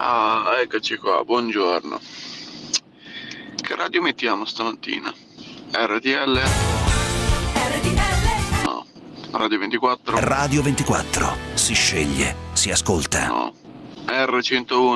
Ah, eccoci qua, buongiorno. Che radio mettiamo stamattina? RTL? No. Radio 24? Radio 24. Si sceglie, si ascolta. No. R101?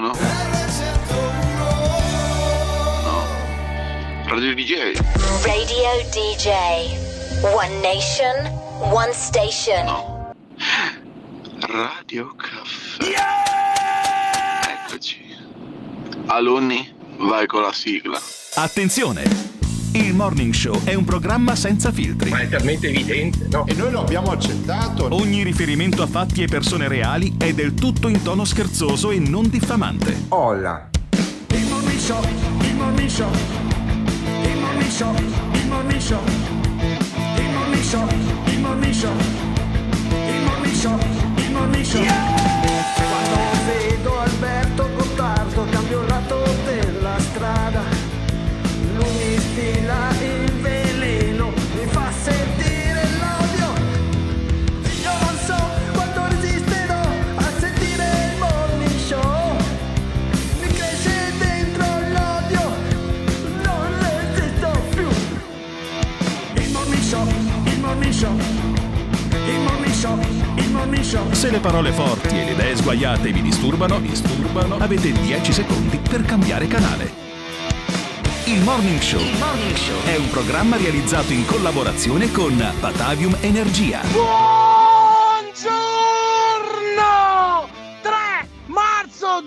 No. Radio DJ? Radio DJ. One nation, one station. No. Radio Caffè. Eccoci. Alunni, vai con la sigla. Attenzione! Il Morning Show è un programma senza filtri. Ma è talmente evidente, no? E noi lo abbiamo accettato. Ogni riferimento a fatti e persone reali è del tutto in tono scherzoso e non diffamante. Olla. Il Morning Show, il Morning Show, il Morning Show, il Morning Show, il Morning Show, il Morning Show, il Morning Show, il Morning Show. Quando vedo Alberto Gottardo cambio il lato della strada. Lui mi stila il veleno, mi fa sentire l'odio. Io non so quanto resisterò a sentire il Morning Show. Mi cresce dentro l'odio, non resisto più. Il Morning Show, il Morning Show, il Morning Show, il Morning Show. Se le parole forti e le idee sguaiate vi disturbano, avete 10 secondi per cambiare canale. Il Morning Show è un programma realizzato in collaborazione con Batavium Energia. Buongiorno! 3 marzo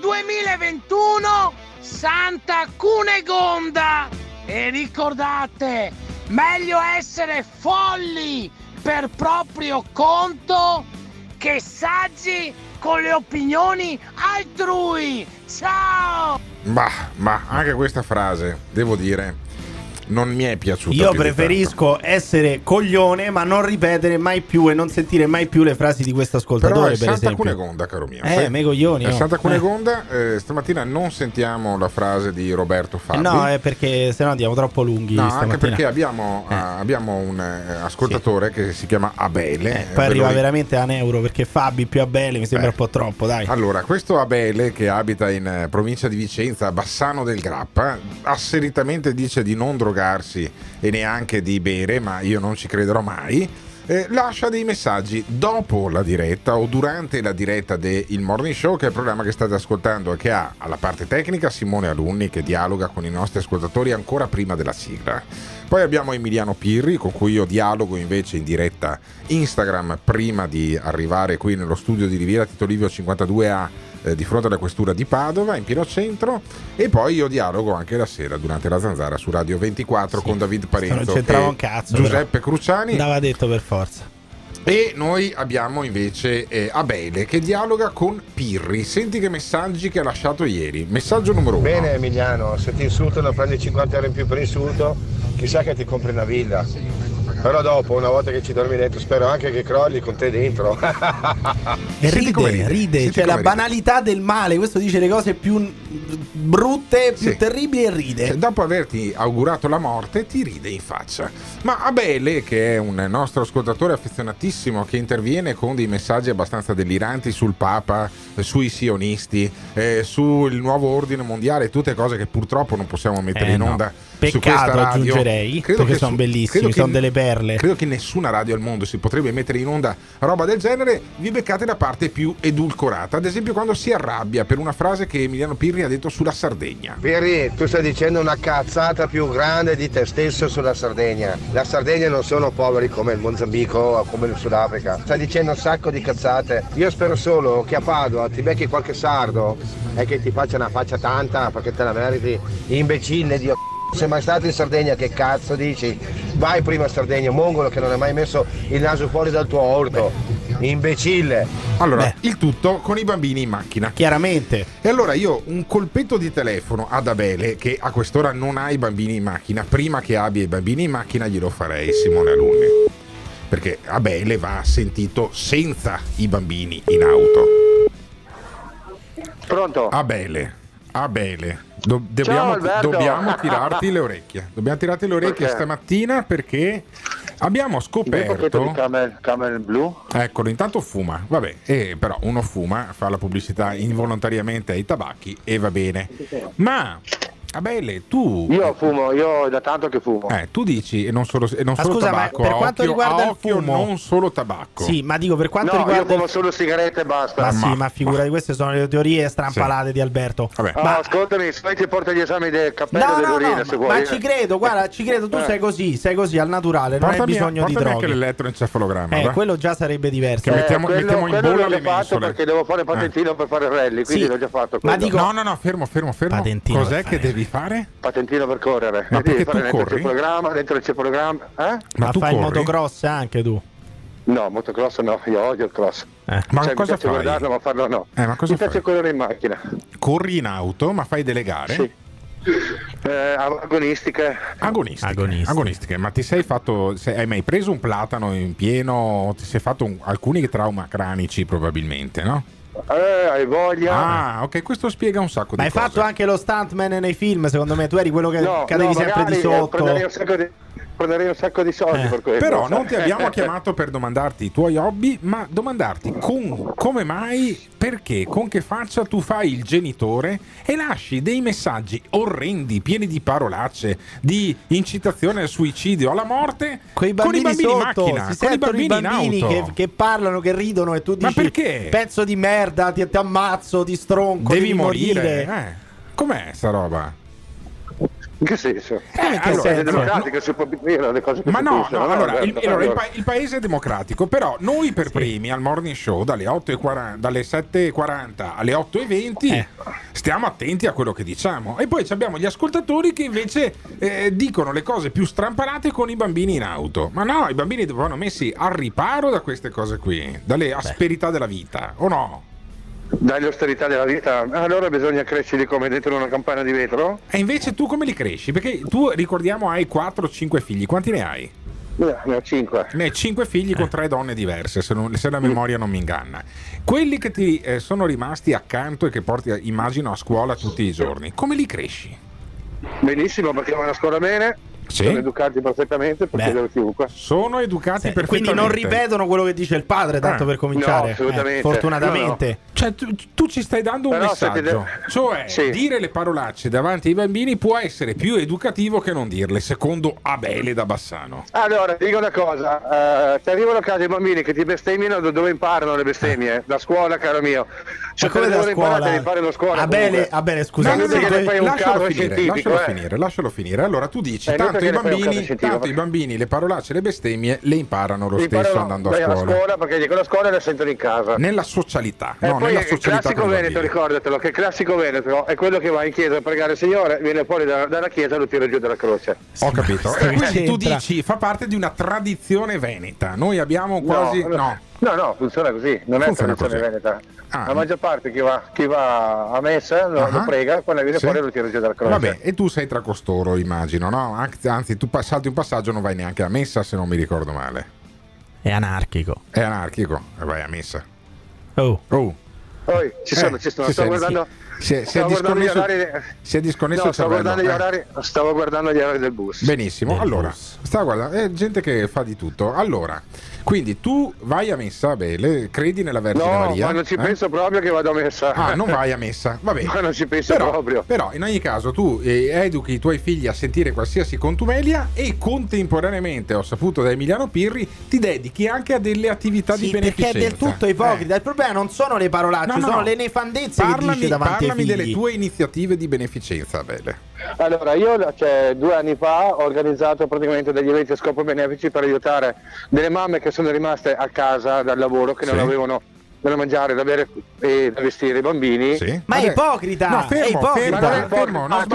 2021, Santa Cunegonda! E ricordate, meglio essere folli per proprio conto che saggi con le opinioni altrui. Ciao! Ma anche questa frase, devo dire, non mi è piaciuta. Io più di preferisco essere coglione, ma non ripetere mai più e non sentire mai più le frasi di questo tanto. ascoltatore. Però è per Santa esempio. Cunegonda, caro mio. Me coglioni. È oh. Santa Cunegonda. Stamattina non sentiamo la frase di Roberto Fabi. No, è perché sennò andiamo troppo lunghi. No, stamattina. anche perché abbiamo un ascoltatore che si chiama Abele. Poi arriva Lui- veramente a un euro perché Fabi più Abele mi sembra un po' troppo, dai. Allora, questo Abele, che abita in provincia di Vicenza, a Bassano del Grappa, asseritamente dice di non drogarsi e neanche di bere, ma io non ci crederò mai. Lascia dei messaggi dopo la diretta o durante la diretta del Morning Show, che è il programma che state ascoltando e che ha alla parte tecnica Simone Alunni, che dialoga con i nostri ascoltatori ancora prima della sigla. Poi abbiamo Emiliano Pirri, con cui io dialogo invece in diretta Instagram prima di arrivare qui nello studio di Riviera Tito Livio 52A, di fronte alla questura di Padova, in pieno centro. E poi io dialogo anche la sera durante la zanzara su Radio 24 con David Parenzo non c'entrava e un cazzo, Giuseppe Cruciani. Andava detto per forza. E noi abbiamo invece Abele, che dialoga con Pirri. Senti che messaggi che ha lasciato ieri. Messaggio numero 1. Bene Emiliano, se ti insultano prendi 50 euro in più per insulto, chissà che ti compri una villa. Però dopo, una volta che ci dormi dentro, spero anche che crolli con te dentro. E Senti come ride. Senti Cioè come la banalità del male. Questo dice le cose più brutte, più Sì. terribili e ride. Cioè, dopo averti augurato la morte, ti ride in faccia. Ma Abele, che è un nostro ascoltatore affezionatissimo, che interviene con dei messaggi abbastanza deliranti sul Papa, sui sionisti, sul nuovo ordine mondiale, tutte cose che purtroppo non possiamo mettere in No. onda su Peccato, questa radio. aggiungerei, Credo perché che sono bellissimi, credo che sono delle perle. Credo che nessuna radio al mondo si potrebbe mettere in onda roba del genere. Vi beccate la parte più edulcorata, ad esempio quando si arrabbia per una frase che Emiliano Pirri ha detto sulla Sardegna. Pirri, tu stai dicendo una cazzata più grande di te stesso sulla Sardegna. La Sardegna non sono poveri come il Mozambico o come il Sudafrica. Stai dicendo un sacco di cazzate. Io spero solo che a Padova ti becchi qualche sardo e che ti faccia una faccia tanta perché te la meriti. Imbecille, Dio. Sei mai stato in Sardegna? Che cazzo dici? Vai prima a Sardegna, mongolo che non hai mai messo il naso fuori dal tuo orto. Imbecille. Allora, il tutto con i bambini in macchina. Chiaramente. E allora io un colpetto di telefono ad Abele, che a quest'ora non ha i bambini in macchina. Prima che abbia i bambini in macchina glielo farei, Simone Alunni, perché Abele va sentito senza i bambini in auto. Pronto? Abele, Ciao, dobbiamo Alberto. tirarti le orecchie. Dobbiamo tirarti le orecchie Perché? stamattina perché Abbiamo Il pacchetto di scoperto. Camel blu. Eccolo, intanto fuma, vabbè, però uno fuma, fa la pubblicità involontariamente ai tabacchi e va bene. Ma Abele, tu Io fumo, io da tanto che fumo. tu dici e non solo scusa, ma tabacco, per a quanto occhio, riguarda a il occhio fumo, non solo tabacco. Sì, ma dico per quanto No, io riguarda fumo solo sigarette e basta. Ma sì, ma figurati, queste sono le teorie strampalate di Alberto. Vabbè. Ma ascoltami, se vuoi ti porta gli esami del cappello No, dell'urina, no, se vuoi. ma ci credo, guarda, ci credo, tu sei così al naturale, non hai bisogno di portami anche droghe. l'elettroencefalogramma, va? Quello già sarebbe diverso. Che mettiamo in quello bolla l'ho le già fatto mensole. perché devo fare patentino per fare rally, quindi Sì, l'ho già fatto. ma quello. dico- No, fermo. Patentino Cos'è per che fare. devi fare? Patentino per correre. Ma perché Devi fare tu dentro corri? il programma, dentro il programma. Ma tu fai il corri? motocross anche tu? No, motocross no, io odio il cross. Ma Cioè, mi cosa piace fai? guardarlo, ma farlo no. Ma cosa mi piace fai? correre in macchina. Corri in auto, ma fai delle gare? Sì. Agonistiche. Agonistiche. Ma ti sei fatto, hai mai preso un platano in pieno? Ti sei fatto alcuni trauma cranici probabilmente, no? Hai voglia. Ah, ok, questo spiega un sacco Ma di hai cose. fatto anche lo stuntman nei film, secondo me tu eri quello che cadevi sempre magari, di sotto. prenderei un sacco di soldi per questo. Però non ti abbiamo chiamato per domandarti i tuoi hobby, ma domandarti come mai, perché, con che faccia tu fai il genitore e lasci dei messaggi orrendi, pieni di parolacce, di incitazione al suicidio, alla morte, Quei con i bambini bambini in sotto, macchina, si con i sentono bambini i bambini in auto. che parlano, che ridono e tu dici Ma perché? pezzo di merda, ti ammazzo, ti stronco, Devi morire. Com'è sta roba? In che senso? Allora, È democratico, si può dire le cose che Ma si no, pensano, allora, Alberto? il paese è democratico, però noi per primi al morning show dalle 7:40 alle 8:20 stiamo attenti a quello che diciamo, e poi abbiamo gli ascoltatori che invece dicono le cose più strampalate con i bambini in auto. Ma no, i bambini vanno messi al riparo da queste cose qui, dalle asperità della vita, o no? Dalle austerità della vita, allora bisogna crescerli come dentro una campana di vetro? E invece tu come li cresci? Perché tu, ricordiamo, hai 4-5 figli, quanti ne hai? Ne ho 5. Ne hai 5 figli con 3 donne diverse, se la memoria non mi inganna. Quelli che ti sono rimasti accanto e che porti, immagino, a scuola tutti i giorni, come li cresci? Benissimo, perché vanno a scuola bene, Sì. sono educati perfettamente, perché chiunque. Sono educati perfettamente. Quindi non ripetono quello che dice il padre, tanto per cominciare. No, assolutamente. Fortunatamente. No. Cioè tu ci stai dando un Però messaggio, cioè Sì. dire le parolacce davanti ai bambini può essere più educativo che non dirle, secondo Abele da Bassano. Allora, ti dico una cosa, ti arrivano a casa i bambini che ti bestemmiano, dove imparano le bestemmie? Da scuola, caro mio. Se come da devono imparare, scuola? devi fare lo scuola. Abele, scusa. No, che ne fai un caso scientifico, lascialo finire. Allora tu dici, È inutile tanto che ne fai un caso scientifico. i bambini le parolacce e le bestemmie le imparano lo stesso Imparano andando vai a alla scuola. scuola perché dicono a scuola e le sentono in casa. Nella socialità, E no, poi nella il socialità classico con i veneto, bambini. ricordatelo, che il classico veneto è quello che va in chiesa a pregare il Signore, viene fuori dalla chiesa e lo tira giù dalla croce. Ho capito. E quindi tu c'entra? dici, fa parte di una tradizione veneta. Noi abbiamo quasi... No, funziona così, non è Funziona tradizione così. veneta. Ah. La maggior parte chi va a messa lo prega, quando viene Sì. fuori lo tira giù dalla croce. Vabbè, e tu sei tra costoro, immagino, no? Anzi, tu salti un passaggio, non vai neanche a messa, se non mi ricordo male. È anarchico. È anarchico, e vai a messa. Oh. Poi ci sono, stavo guardando. Si è stavo guardando gli disconnesso, orari. si è disconnesso No, il cervello. stavo guardando gli orari del bus. Benissimo, Del allora, bus. stavo guardando, è gente che fa di tutto. Allora, quindi tu vai a messa, Abele, credi nella Vergine No, Maria? ma non ci penso proprio che vado a messa. Ah, non vai a messa, va bene. Ma non ci penso proprio. Però in ogni caso tu educhi i tuoi figli a sentire qualsiasi contumelia e contemporaneamente, ho saputo da Emiliano Pirri, ti dedichi anche a delle attività di Sì, beneficenza. perché è del tutto ipocrita. Il problema non sono le parolacce, sono le nefandezze che dice davanti ai parlami figli. delle tue iniziative di beneficenza, Abele. Allora, io 2 anni fa ho organizzato praticamente degli eventi a scopo benefici per aiutare delle mamme che sono rimaste a casa dal lavoro, che non avevano da mangiare, da bere e da vestire i bambini. Sì. Ma è ipocrita! No, fermo, è ipocrita! Ma non è ipocrita. fermo, no,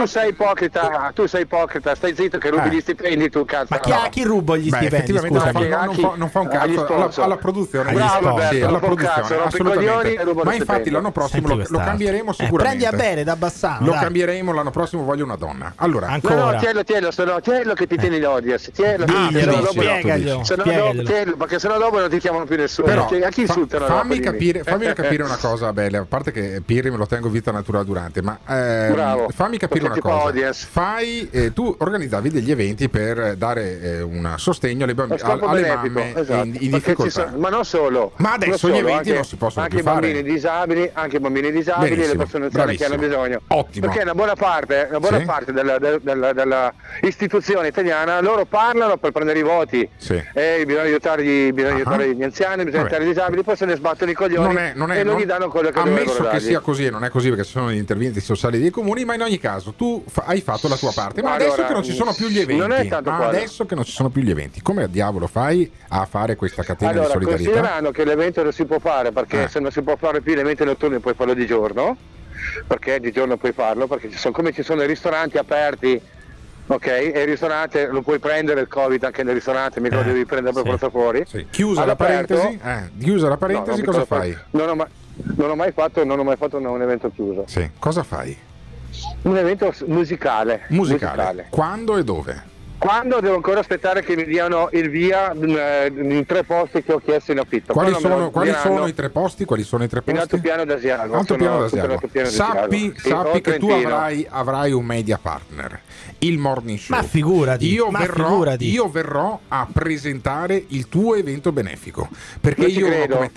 tu sei ipocrita, stai zitto che rubi gli stipendi, tu cazzo. Ma a chi rubo gli stipendi? Effettivamente Scusami. non fa un Agli cazzo sponsor. alla produzione. Agli sponsor. Sì, alla Non fa un cazzo, produzione, rompe i coglioni assolutamente. e ruba lo Ma infatti stipendio. l'anno prossimo Senti lo quest'altro. cambieremo sicuramente. Prendi a bere da Bassano. Lo dai. cambieremo l'anno prossimo, voglio una donna. Allora, Ancora. No, tienilo che ti tieni l'odias. Diglielo, dici, spiegaglielo. Tienilo, perché sennò dopo non ti chiamano più nessuno. però A chi insultano? fammi dopo, dimmi? capire una cosa, Abele, a parte che Pirri me lo tengo vita natural durante, ma fammi capire una cosa. Tu organizzavi degli eventi per dare un sostegno alle mamme in difficoltà. Ma non solo. Ma adesso gli eventi non si possono più fare. Anche i bambini disabili e le persone anziane che hanno bisogno. Ottimo. Perché una buona parte della istituzione italiana, loro parlano per prendere i voti. Bisogna aiutare gli anziani, bisogna aiutare i disabili, poi se ne sbattono i coglioni e non gli danno quello che dovrebbero dargli. Ammesso che sia così, e non è così perché ci sono gli interventi sociali dei comuni, ma in ogni caso tu hai fatto la tua parte. Ma adesso che non ci sono più gli eventi, come diavolo fai a fare questa catena di solidarietà? Considerando che l'evento non si può fare, perché se non si può fare più l'evento notturno puoi farlo di giorno, perché di giorno puoi farlo, perché ci sono i ristoranti aperti. Ok, e il ristorante lo puoi prendere il Covid anche nel ristorante, mica lo devi prendere per forza fuori. Chiusa la parentesi, cosa fai? Non ho mai fatto un evento chiuso. Cosa fai? Un evento musicale. Quando e dove? Quando devo ancora aspettare che mi diano il via in 3 posti che ho chiesto in affitto. Quali sono i 3 posti? In Altopiano d'Asiago. Sappi che tu avrai un media partner, il Morning Show. Ma figurati. Io verrò a presentare il tuo evento benefico, perché io uno come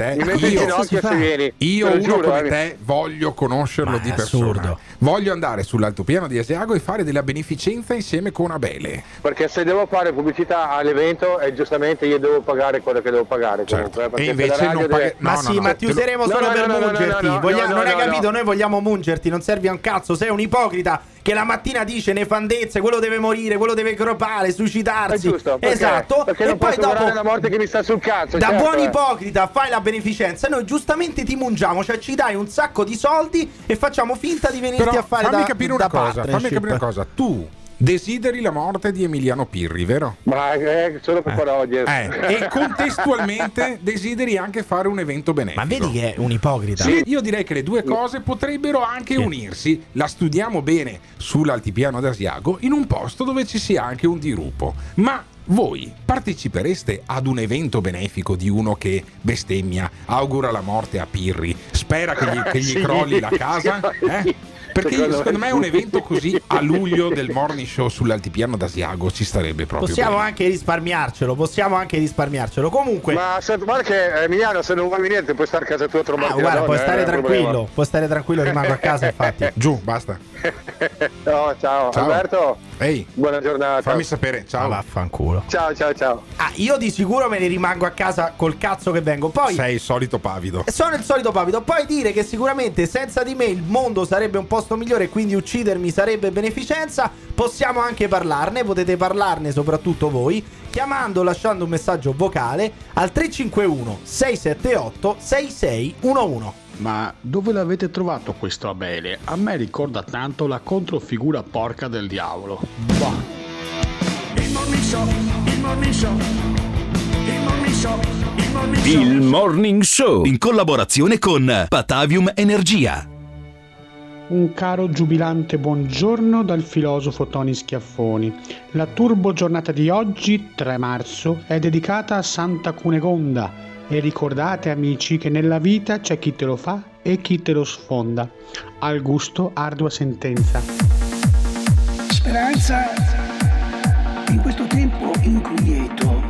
te voglio conoscerlo di persona. Voglio andare sull'Altopiano di Asiago e fare della beneficenza insieme con Abele. Perché se devo fare pubblicità all'evento giustamente io devo pagare quello che devo pagare. Comunque, e invece non ma ti useremo solo per mungerti. Non hai capito? Noi vogliamo mungerti, non servi a un cazzo, sei un ipocrita che la mattina dice nefandezze, quello deve morire, quello deve crepare, suicidarsi. È giusto, perché non posso guardare la morte che mi sta sul cazzo. Da buon ipocrita fai la beneficenza e noi giustamente ti mungiamo, cioè ci dai un sacco di soldi e facciamo finta di venirti a fare fammi capire una cosa. Tu desideri la morte di Emiliano Pirri, vero? Ma è solo per parole. E contestualmente desideri anche fare un evento benefico. Ma vedi che è un ipocrita. Sì, io direi che le due cose potrebbero anche unirsi. La studiamo bene sull'Altipiano d'Asiago, in un posto dove ci sia anche un dirupo. Ma voi partecipereste ad un evento benefico di uno che bestemmia, augura la morte a Pirri, spera che gli crolli la casa? Perché secondo me un evento così a luglio del Morning Show sull'Altipiano d'Asiago ci starebbe proprio possiamo bene. anche risparmiarcelo. Comunque, ma guarda che Emiliano, se non vuoi niente puoi stare a casa tua a trovarti puoi stare tranquillo, rimango a casa infatti. Giù, basta. Ciao Alberto. Ehi, buona giornata. Fammi sapere, ciao. Vaffanculo. Ciao. Io di sicuro me ne rimango a casa col cazzo che vengo. Poi sei il solito pavido. Sono il solito pavido. Poi dire che sicuramente senza di me il mondo sarebbe un posto migliore e quindi uccidermi sarebbe beneficenza, possiamo anche parlarne. Potete parlarne soprattutto voi chiamando, lasciando un messaggio vocale al 351 678 6611. Ma dove l'avete trovato questo Abele? A me ricorda tanto la controfigura porca del diavolo. Bah. Il Morning Show in collaborazione con Patavium Energia. Un caro giubilante buongiorno dal filosofo Tony Schiaffoni. La turbo giornata di oggi, 3 marzo, è dedicata a Santa Cunegonda. E ricordate, amici, che nella vita c'è chi te lo fa e chi te lo sfonda. Al gusto, ardua sentenza. Speranza in questo tempo inquieto.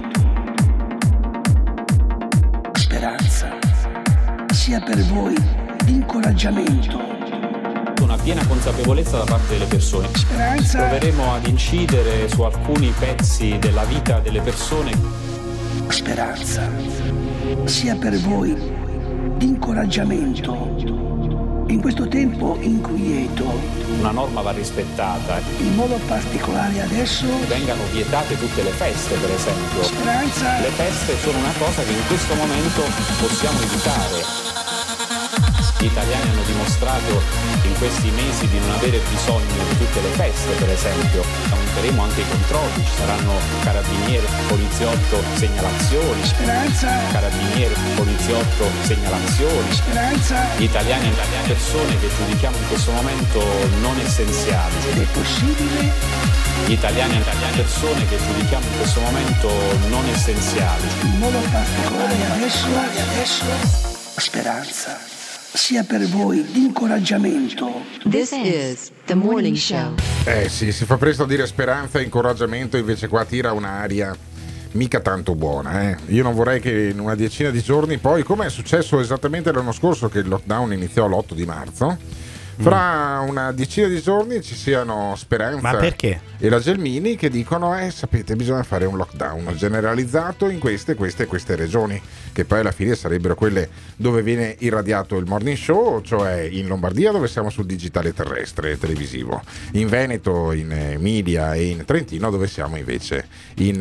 Speranza sia per voi di incoraggiamento. Una piena consapevolezza da parte delle persone. Speranza. Proveremo ad incidere su alcuni pezzi della vita delle persone. Speranza sia per voi di incoraggiamento in questo tempo inquieto. Una norma va rispettata. In modo particolare adesso vengano vietate tutte le feste, per esempio. Speranza. Le feste sono una cosa che in questo momento possiamo evitare. Gli italiani hanno dimostrato in questi mesi di non avere bisogno di tutte le feste, per esempio. Aumenteremo anche i controlli, ci saranno carabinieri, poliziotto, segnalazioni. Speranza. Carabinieri, poliziotto, segnalazioni. Speranza. Gli italiani persone che giudichiamo in questo momento non essenziali. Ed è possibile? Gli italiani persone che giudichiamo in questo momento non essenziali. In modo particolare adesso speranza, sia per voi di incoraggiamento. This is the morning show. Sì, si fa presto a dire speranza e incoraggiamento, invece qua tira un'aria mica tanto buona. Io non vorrei che in una decina di giorni poi, come è successo esattamente l'anno scorso che il lockdown iniziò l'8 di marzo, fra una decina di giorni ci siano Speranza Ma perché? e la Gelmini che dicono sapete, bisogna fare un lockdown generalizzato in queste regioni, che poi alla fine sarebbero quelle dove viene irradiato il morning show, cioè in Lombardia dove siamo sul digitale terrestre televisivo, in Veneto, in Emilia e in Trentino dove siamo invece in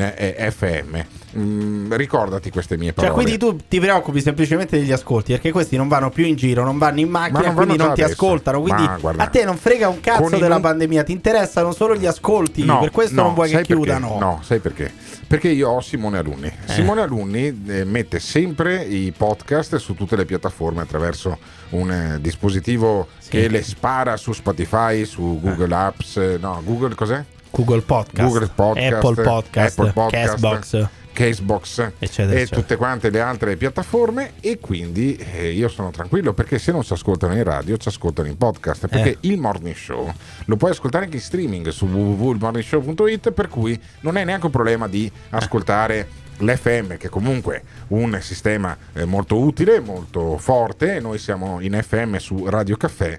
FM. Ricordati queste mie parole. Cioè, quindi tu ti preoccupi semplicemente degli ascolti, perché questi non vanno più in giro, non vanno in macchina, quindi non ti ascoltano. Quindi a te non frega un cazzo della pandemia, ti interessano solo gli ascolti. Per questo non vuoi che chiudano. Perché? No, sai perché? Perché io ho Simone Alunni. Simone Alunni mette sempre i podcast su tutte le piattaforme attraverso un dispositivo che le spara su Spotify, su Google Apps, Google cos'è? Google Podcast, Apple Podcast, Castbox, eccetera, tutte quante le altre piattaforme, e quindi io sono tranquillo, perché se non ci ascoltano in radio ci ascoltano in podcast, perché il morning show lo puoi ascoltare anche in streaming su www.morningshow.it, per cui non è neanche un problema di ascoltare l'FM, che comunque è un sistema molto utile, molto forte. Noi siamo in FM su Radio Caffè,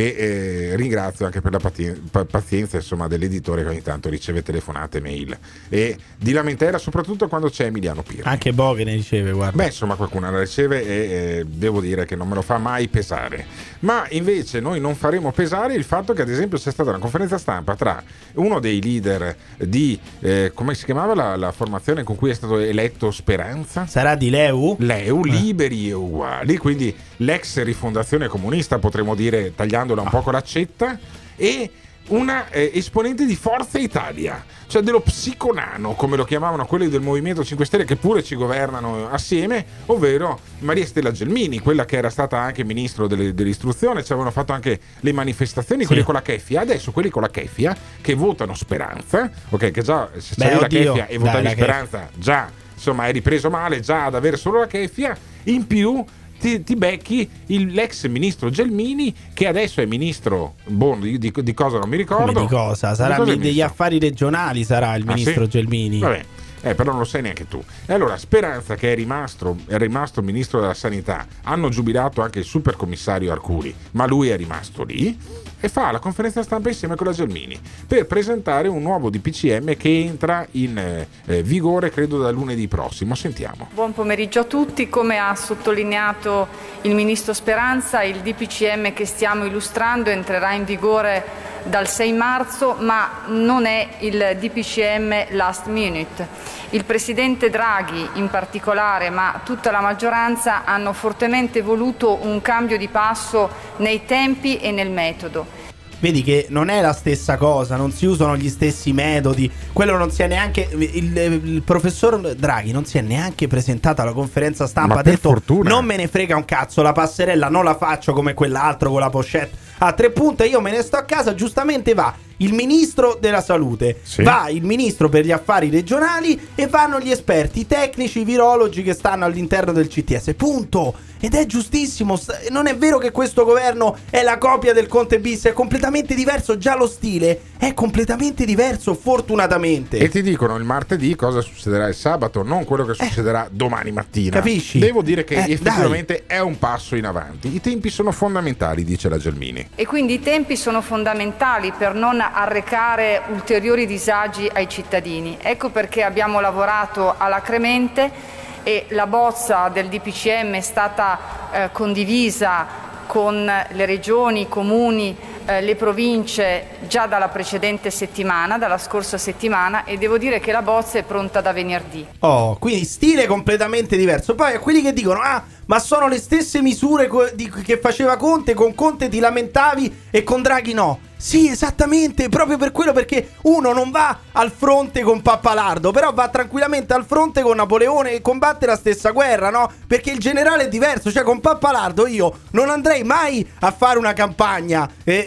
che ringrazio anche per la pazienza insomma dell'editore, che ogni tanto riceve telefonate, mail e di lamentela, soprattutto quando c'è Emiliano Pirri. Anche Bo che ne riceve, guarda. Beh, insomma qualcuno la riceve e devo dire che non me lo fa mai pesare. Ma invece noi non faremo pesare il fatto che ad esempio c'è stata una conferenza stampa tra uno dei leader di come si chiamava la formazione con cui è stato eletto Speranza? Sarà di Leu, Liberi e Uguali, quindi l'ex Rifondazione Comunista, potremmo dire tagliandola un po' con l'accetta, e una esponente di Forza Italia, cioè dello psiconano, come lo chiamavano quelli del Movimento 5 Stelle, che pure ci governano assieme, ovvero Maria Stella Gelmini, quella che era stata anche ministro dell'istruzione. Ci avevano fatto anche le manifestazioni, quelli con la keffia. Adesso quelli con la keffia che votano Speranza, ok, che già se c'è la keffia e votavi Speranza, già insomma è ripreso male già ad avere solo la keffia, in più ti becchi l'ex ministro Gelmini, che adesso è ministro di cosa non mi ricordo. Come di cosa? Sarà degli affari regionali, sarà il ministro Gelmini. Vabbè. Però non lo sai neanche tu. E allora Speranza, che è rimasto ministro della sanità, hanno giubilato anche il supercommissario Arcuri, ma lui è rimasto lì e fa la conferenza stampa insieme con la Gelmini per presentare un nuovo DPCM che entra in vigore credo da lunedì prossimo. Sentiamo. Buon pomeriggio a tutti. Come ha sottolineato il ministro Speranza, il DPCM che stiamo illustrando entrerà in vigore dal 6 marzo, ma non è il DPCM last minute. Il presidente Draghi in particolare, ma tutta la maggioranza, hanno fortemente voluto un cambio di passo nei tempi e nel metodo. Vedi che non è la stessa cosa, non si usano gli stessi metodi. Quello non si è neanche il professor Draghi non si è neanche presentato alla conferenza stampa, ha detto fortuna. Non me ne frega un cazzo, la passerella non la faccio come quell'altro con la pochette a 3 punte, io me ne sto a casa. Giustamente va il ministro della salute, va il ministro per gli affari regionali e vanno gli esperti, i tecnici, i virologi che stanno all'interno del CTS, punto. Ed è giustissimo. Non è vero che questo governo è la copia del Conte bis, è completamente diverso, già lo stile è completamente diverso, fortunatamente. E ti dicono il martedì cosa succederà il sabato, non quello che succederà domani mattina. Capisci? Devo dire che effettivamente è un passo in avanti. I tempi sono fondamentali, dice la Gelmini. E quindi i tempi sono fondamentali per non arrecare ulteriori disagi ai cittadini. Ecco perché abbiamo lavorato alacremente e la bozza del DPCM è stata condivisa con le regioni, i comuni, le province già dalla precedente settimana, dalla scorsa settimana, e devo dire che la bozza è pronta da venerdì. Oh, quindi stile completamente diverso. Poi a quelli che dicono ma sono le stesse misure che faceva Conte, con Conte ti lamentavi e con Draghi no. Sì, esattamente, proprio per quello, perché uno non va al fronte con Pappalardo, però va tranquillamente al fronte con Napoleone e combatte la stessa guerra, no? Perché il generale è diverso, cioè con Pappalardo io non andrei mai a fare una campagna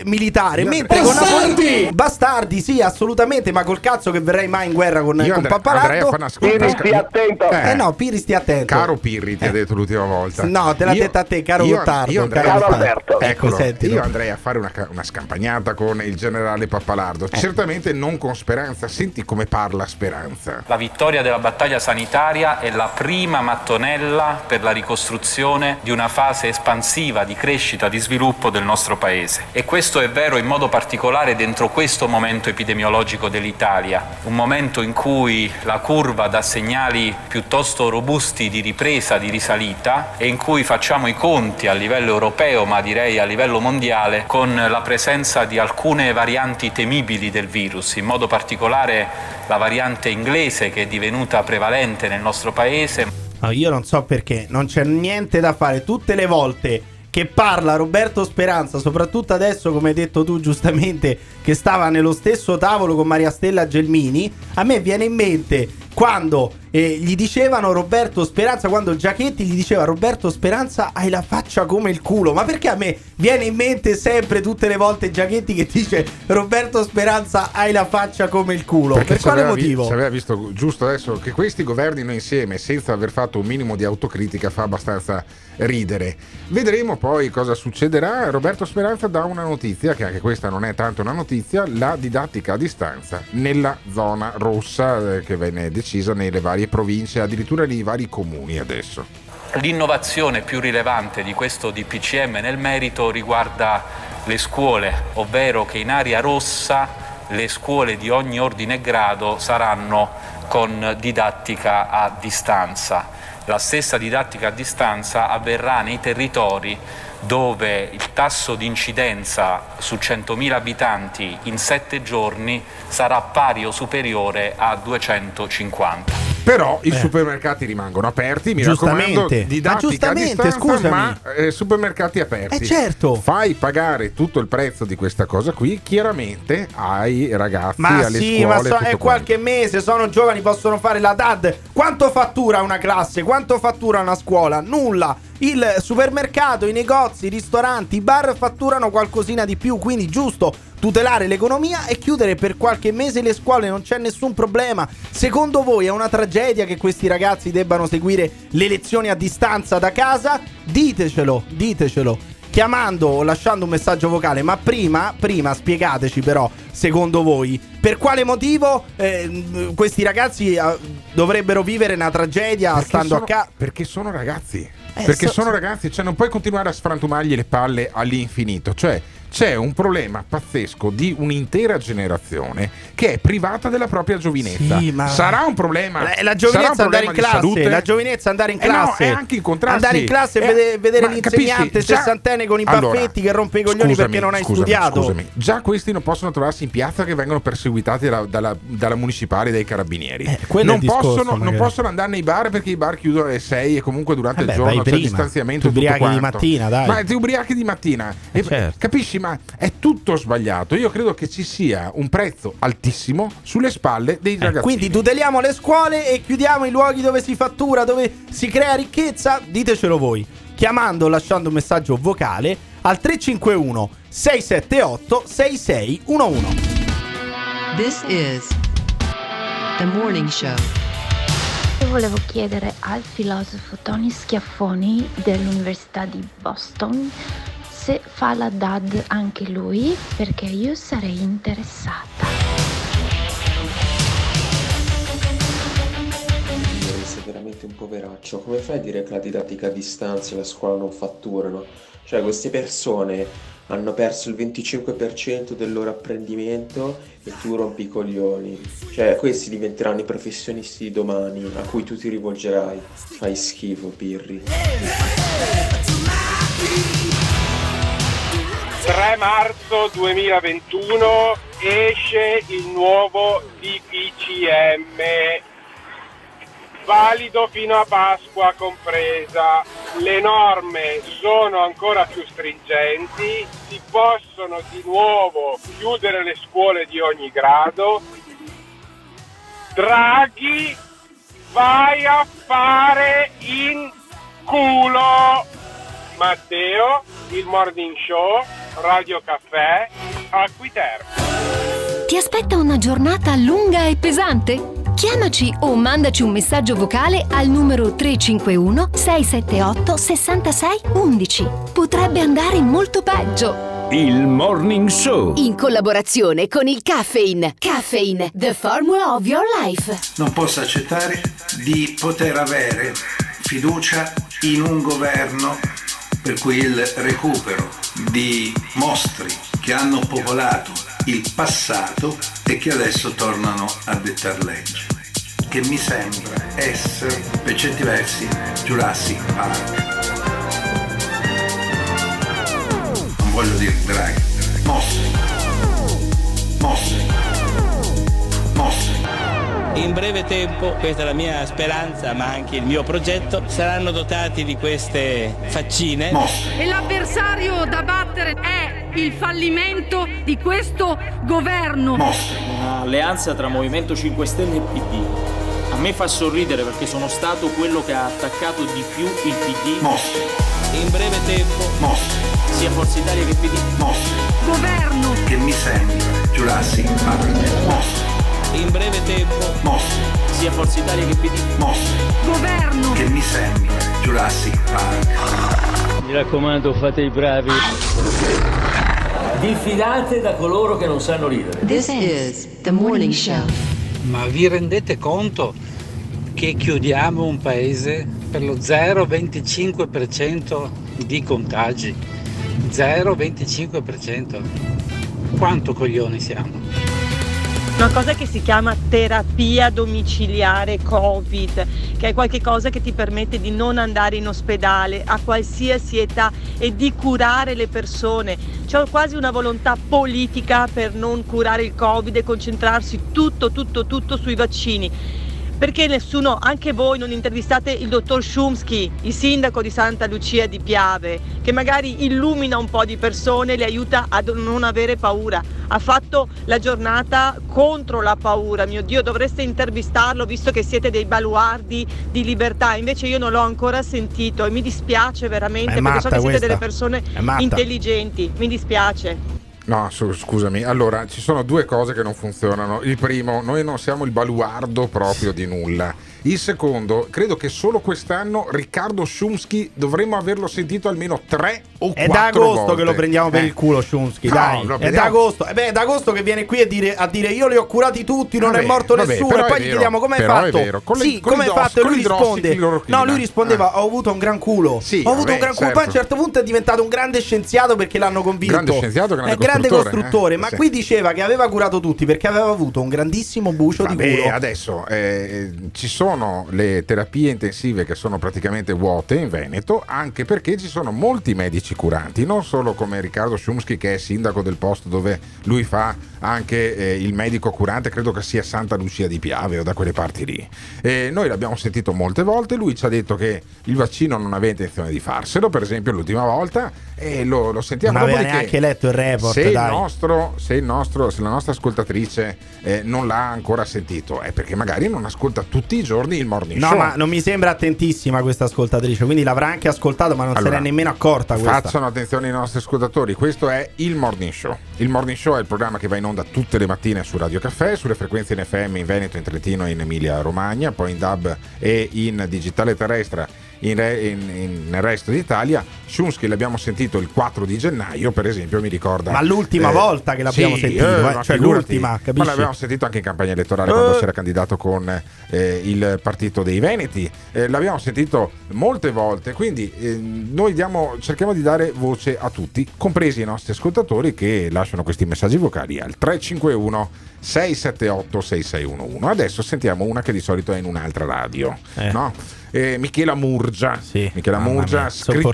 militare, mentre con Napolitano bastardi, sì, assolutamente, ma col cazzo che verrei mai in guerra con Pappalardo. Pirri, stia attento. No, Pirri, stia attento. Caro Pirri, ti ha detto l'ultima volta. No, te l'ha detta a te, caro Gottardo. Caro Alberto. Ecco, senti. Io andrei a fare una scampagnata con il generale Pappalardo. Certamente non con Speranza. Senti come parla Speranza. La vittoria della battaglia sanitaria è la prima mattonella per la ricostruzione di una fase espansiva di crescita, di sviluppo del nostro paese. E questo è vero in modo particolare dentro questo momento epidemiologico dell'Italia, un momento in cui la curva dà segnali piuttosto robusti di ripresa, di risalita, e in cui facciamo i conti a livello europeo, ma direi a livello mondiale, con la presenza di alcune varianti temibili del virus, in modo particolare la variante inglese che è divenuta prevalente nel nostro paese. Io non so perché, non c'è niente da fare. Tutte le volte che parla Roberto Speranza, soprattutto adesso, come hai detto tu giustamente, che stava nello stesso tavolo con Maria Stella Gelmini, a me viene in mente quando gli dicevano Roberto Speranza, quando Giachetti gli diceva Roberto Speranza hai la faccia come il culo. Ma perché a me viene in mente sempre, tutte le volte, Giachetti che dice Roberto Speranza hai la faccia come il culo? Perché per quale motivo? Si aveva visto giusto adesso che questi governino insieme senza aver fatto un minimo di autocritica, fa abbastanza ridere. Vedremo poi cosa succederà. Roberto Speranza dà una notizia, che anche questa non è tanto una notizia: la didattica a distanza nella zona rossa, che venne decisa nelle varie province, addirittura nei vari comuni adesso. L'innovazione più rilevante di questo DPCM nel merito riguarda le scuole, ovvero che in area rossa le scuole di ogni ordine e grado saranno con didattica a distanza. La stessa didattica a distanza avverrà nei territori dove il tasso di incidenza su 100.000 abitanti in 7 giorni sarà pari o superiore a 250. Però i supermercati rimangono aperti, mi raccomando, didattica a distanza, scusami. ma supermercati aperti. Certo. Fai pagare tutto il prezzo di questa cosa qui chiaramente ai ragazzi, ma alle sì, scuole. Ma è qualche mese, sono giovani, possono fare la DAD. Quanto fattura una classe? Quanto fattura una scuola? Nulla. Il supermercato, i negozi, i ristoranti, i bar fatturano qualcosina di più, quindi giusto tutelare l'economia e chiudere per qualche mese le scuole, non c'è nessun problema. Secondo voi è una tragedia che questi ragazzi debbano seguire le lezioni a distanza da casa? Ditecelo, chiamando o lasciando un messaggio vocale. Ma prima spiegateci però, secondo voi, per quale motivo questi ragazzi dovrebbero vivere una tragedia perché stando a casa? Perché sono ragazzi. Sono ragazzi, cioè non puoi continuare a sfrantumargli le palle all'infinito. Cioè c'è un problema pazzesco di un'intera generazione che è privata della propria giovinezza. Sì, ma sarà un problema. La giovinezza andare in classe, la giovinezza andare in classe. No, è anche incontrarsi. Andare in classe e vedere l'insegnante sessantenne con i baffetti che rompe i coglioni perché non hai studiato. Scusami, già questi non possono trovarsi in piazza che vengono perseguitati dalla municipale e dai carabinieri. Non possono andare nei bar perché i bar chiudono alle 6 e comunque durante il giorno c'è distanziamento. Ti ubriachi di mattina, dai. Ma ti ubriachi di mattina. Certo. Capisci? Ma è tutto sbagliato. Io credo che ci sia un prezzo altissimo sulle spalle dei ragazzini. Quindi tuteliamo le scuole e chiudiamo i luoghi dove si fattura, dove si crea ricchezza? Ditecelo voi, chiamando o lasciando un messaggio vocale al 351 678 6611. This is The Morning Show. Io volevo chiedere al filosofo Tony Schiaffoni dell'Università di Boston se fa la DAD anche lui, perché io sarei interessata. Sei veramente un poveraccio. Come fai a dire che la didattica a distanza e la scuola non fatturano? Cioè, queste persone hanno perso il 25% del loro apprendimento e tu rompi i coglioni. Cioè, questi diventeranno i professionisti di domani a cui tu ti rivolgerai. Fai schifo, Pirri. 3 marzo 2021 esce il nuovo DPCM, valido fino a Pasqua compresa. Le norme sono ancora più stringenti, si possono di nuovo chiudere le scuole di ogni grado. Draghi, vai a fare in culo! Matteo, il Morning Show, Radio Caffè, Acquiter. Ti aspetta una giornata lunga e pesante? Chiamaci o mandaci un messaggio vocale al numero 351 678 66 11. Potrebbe andare molto peggio. Il Morning Show. In collaborazione con il Caffeine. Caffeine, the formula of your life. Non posso accettare di poter avere fiducia in un governo per cui il recupero di mostri che hanno popolato il passato e che adesso tornano a dettar legge, che mi sembra essere, per certi versi, Jurassic Park. Non voglio dire Draghi, mostri. In breve tempo, questa è la mia speranza ma anche il mio progetto, saranno dotati di queste faccine. E l'avversario da battere è il fallimento di questo governo. Un'alleanza tra Movimento 5 Stelle e PD. A me fa sorridere perché sono stato quello che ha attaccato di più il PD. In breve tempo, sia Forza Italia che PD. Governo che mi sembra Jurassic Park. In breve tempo, sia Forza Italia che PD. Governo che mi sembra Jurassic Park. Mi raccomando, fate i bravi. Diffidate da coloro che non sanno ridere. This is the morning show. Ma vi rendete conto che chiudiamo un paese per lo 0,25% di contagi? 0,25%. Quanto coglioni siamo? Una cosa che si chiama terapia domiciliare Covid, che è qualche cosa che ti permette di non andare in ospedale a qualsiasi età e di curare le persone. C'è quasi una volontà politica per non curare il Covid e concentrarsi tutto sui vaccini. Perché nessuno, anche voi, non intervistate il dottor Chomsky, il sindaco di Santa Lucia di Piave, che magari illumina un po' di persone e le aiuta a non avere paura. Ha fatto la giornata contro la paura. Mio Dio, dovreste intervistarlo visto che siete dei baluardi di libertà. Invece io non l'ho ancora sentito e mi dispiace veramente, perché so che siete delle persone intelligenti. Mi dispiace. No, scusami. Allora, ci sono due cose che non funzionano. Il primo, noi non siamo il baluardo proprio di nulla. Il secondo, credo che solo quest'anno Riccardo Chomsky dovremmo averlo sentito almeno 3 o 4 volte. È da agosto che lo prendiamo per il culo Chomsky, No, dai. lo È da agosto. È da agosto che viene qui a dire io li ho curati tutti, non è morto nessuno. E poi gli chiediamo come hai fatto. È vero. Sì, come hai fatto? E lui risponde. No, lui rispondeva ho avuto un gran culo. Sì, ho avuto un gran culo. Poi a un certo punto è diventato un grande scienziato perché l'hanno convinto. Grande scienziato, grande costruttore. Ma Sì. qui diceva che aveva curato tutti perché aveva avuto un grandissimo bucio di culo. Adesso ci sono le terapie intensive che sono praticamente vuote in Veneto, anche perché ci sono molti medici curanti, non solo come Riccardo Chomsky, che è sindaco del posto dove lui fa anche il medico curante, credo che sia Santa Lucia di Piave o da quelle parti lì. Noi l'abbiamo sentito molte volte, lui ci ha detto che il vaccino non aveva intenzione di farselo, per esempio l'ultima volta, e lo sentiamo. Non aveva neanche letto il report. Se dai. la nostra ascoltatrice non l'ha ancora sentito, è perché magari non ascolta tutti i giorni il morning show. No, ma non mi sembra attentissima questa ascoltatrice, quindi l'avrà anche ascoltato, ma non se n'è nemmeno accorta questa. Facciano attenzione ai nostri ascoltatori, questo è il morning show. Il morning show è il programma che va in onda tutte le mattine su Radio Caffè, sulle frequenze in FM in Veneto, in Trentino e in Emilia Romagna, poi in DAB e in digitale terrestre nel resto d'Italia. Chomsky l'abbiamo sentito il 4 di gennaio, per esempio, mi ricorda. Ma l'ultima volta che l'abbiamo sentito, cioè l'ultima, capisci? Ma l'abbiamo sentito anche in campagna elettorale quando si era candidato con il Partito dei Veneti. L'abbiamo sentito molte volte, quindi noi cerchiamo di dare voce a tutti, compresi i nostri ascoltatori che lasciano questi messaggi vocali al 351 678 6611. Adesso sentiamo una che di solito è in un'altra radio, no? Michela Murgia, Michela Murgia,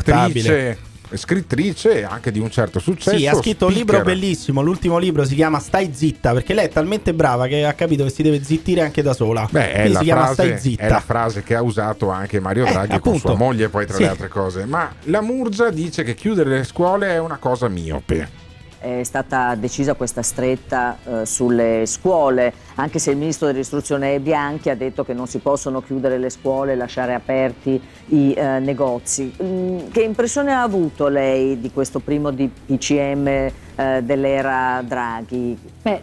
scrittrice anche di un certo successo. Sì, ha scritto un libro bellissimo. L'ultimo libro si chiama Stai zitta, perché lei è talmente brava che ha capito che si deve zittire anche da sola. È la frase che ha usato anche Mario Draghi con sua moglie, poi tra le altre cose. Ma la Murgia dice che chiudere le scuole è una cosa miope. è stata decisa questa stretta sulle scuole, anche se il ministro dell'istruzione Bianchi ha detto che non si possono chiudere le scuole, lasciare aperti i negozi. Che impressione ha avuto lei di questo primo DPCM dell'era Draghi?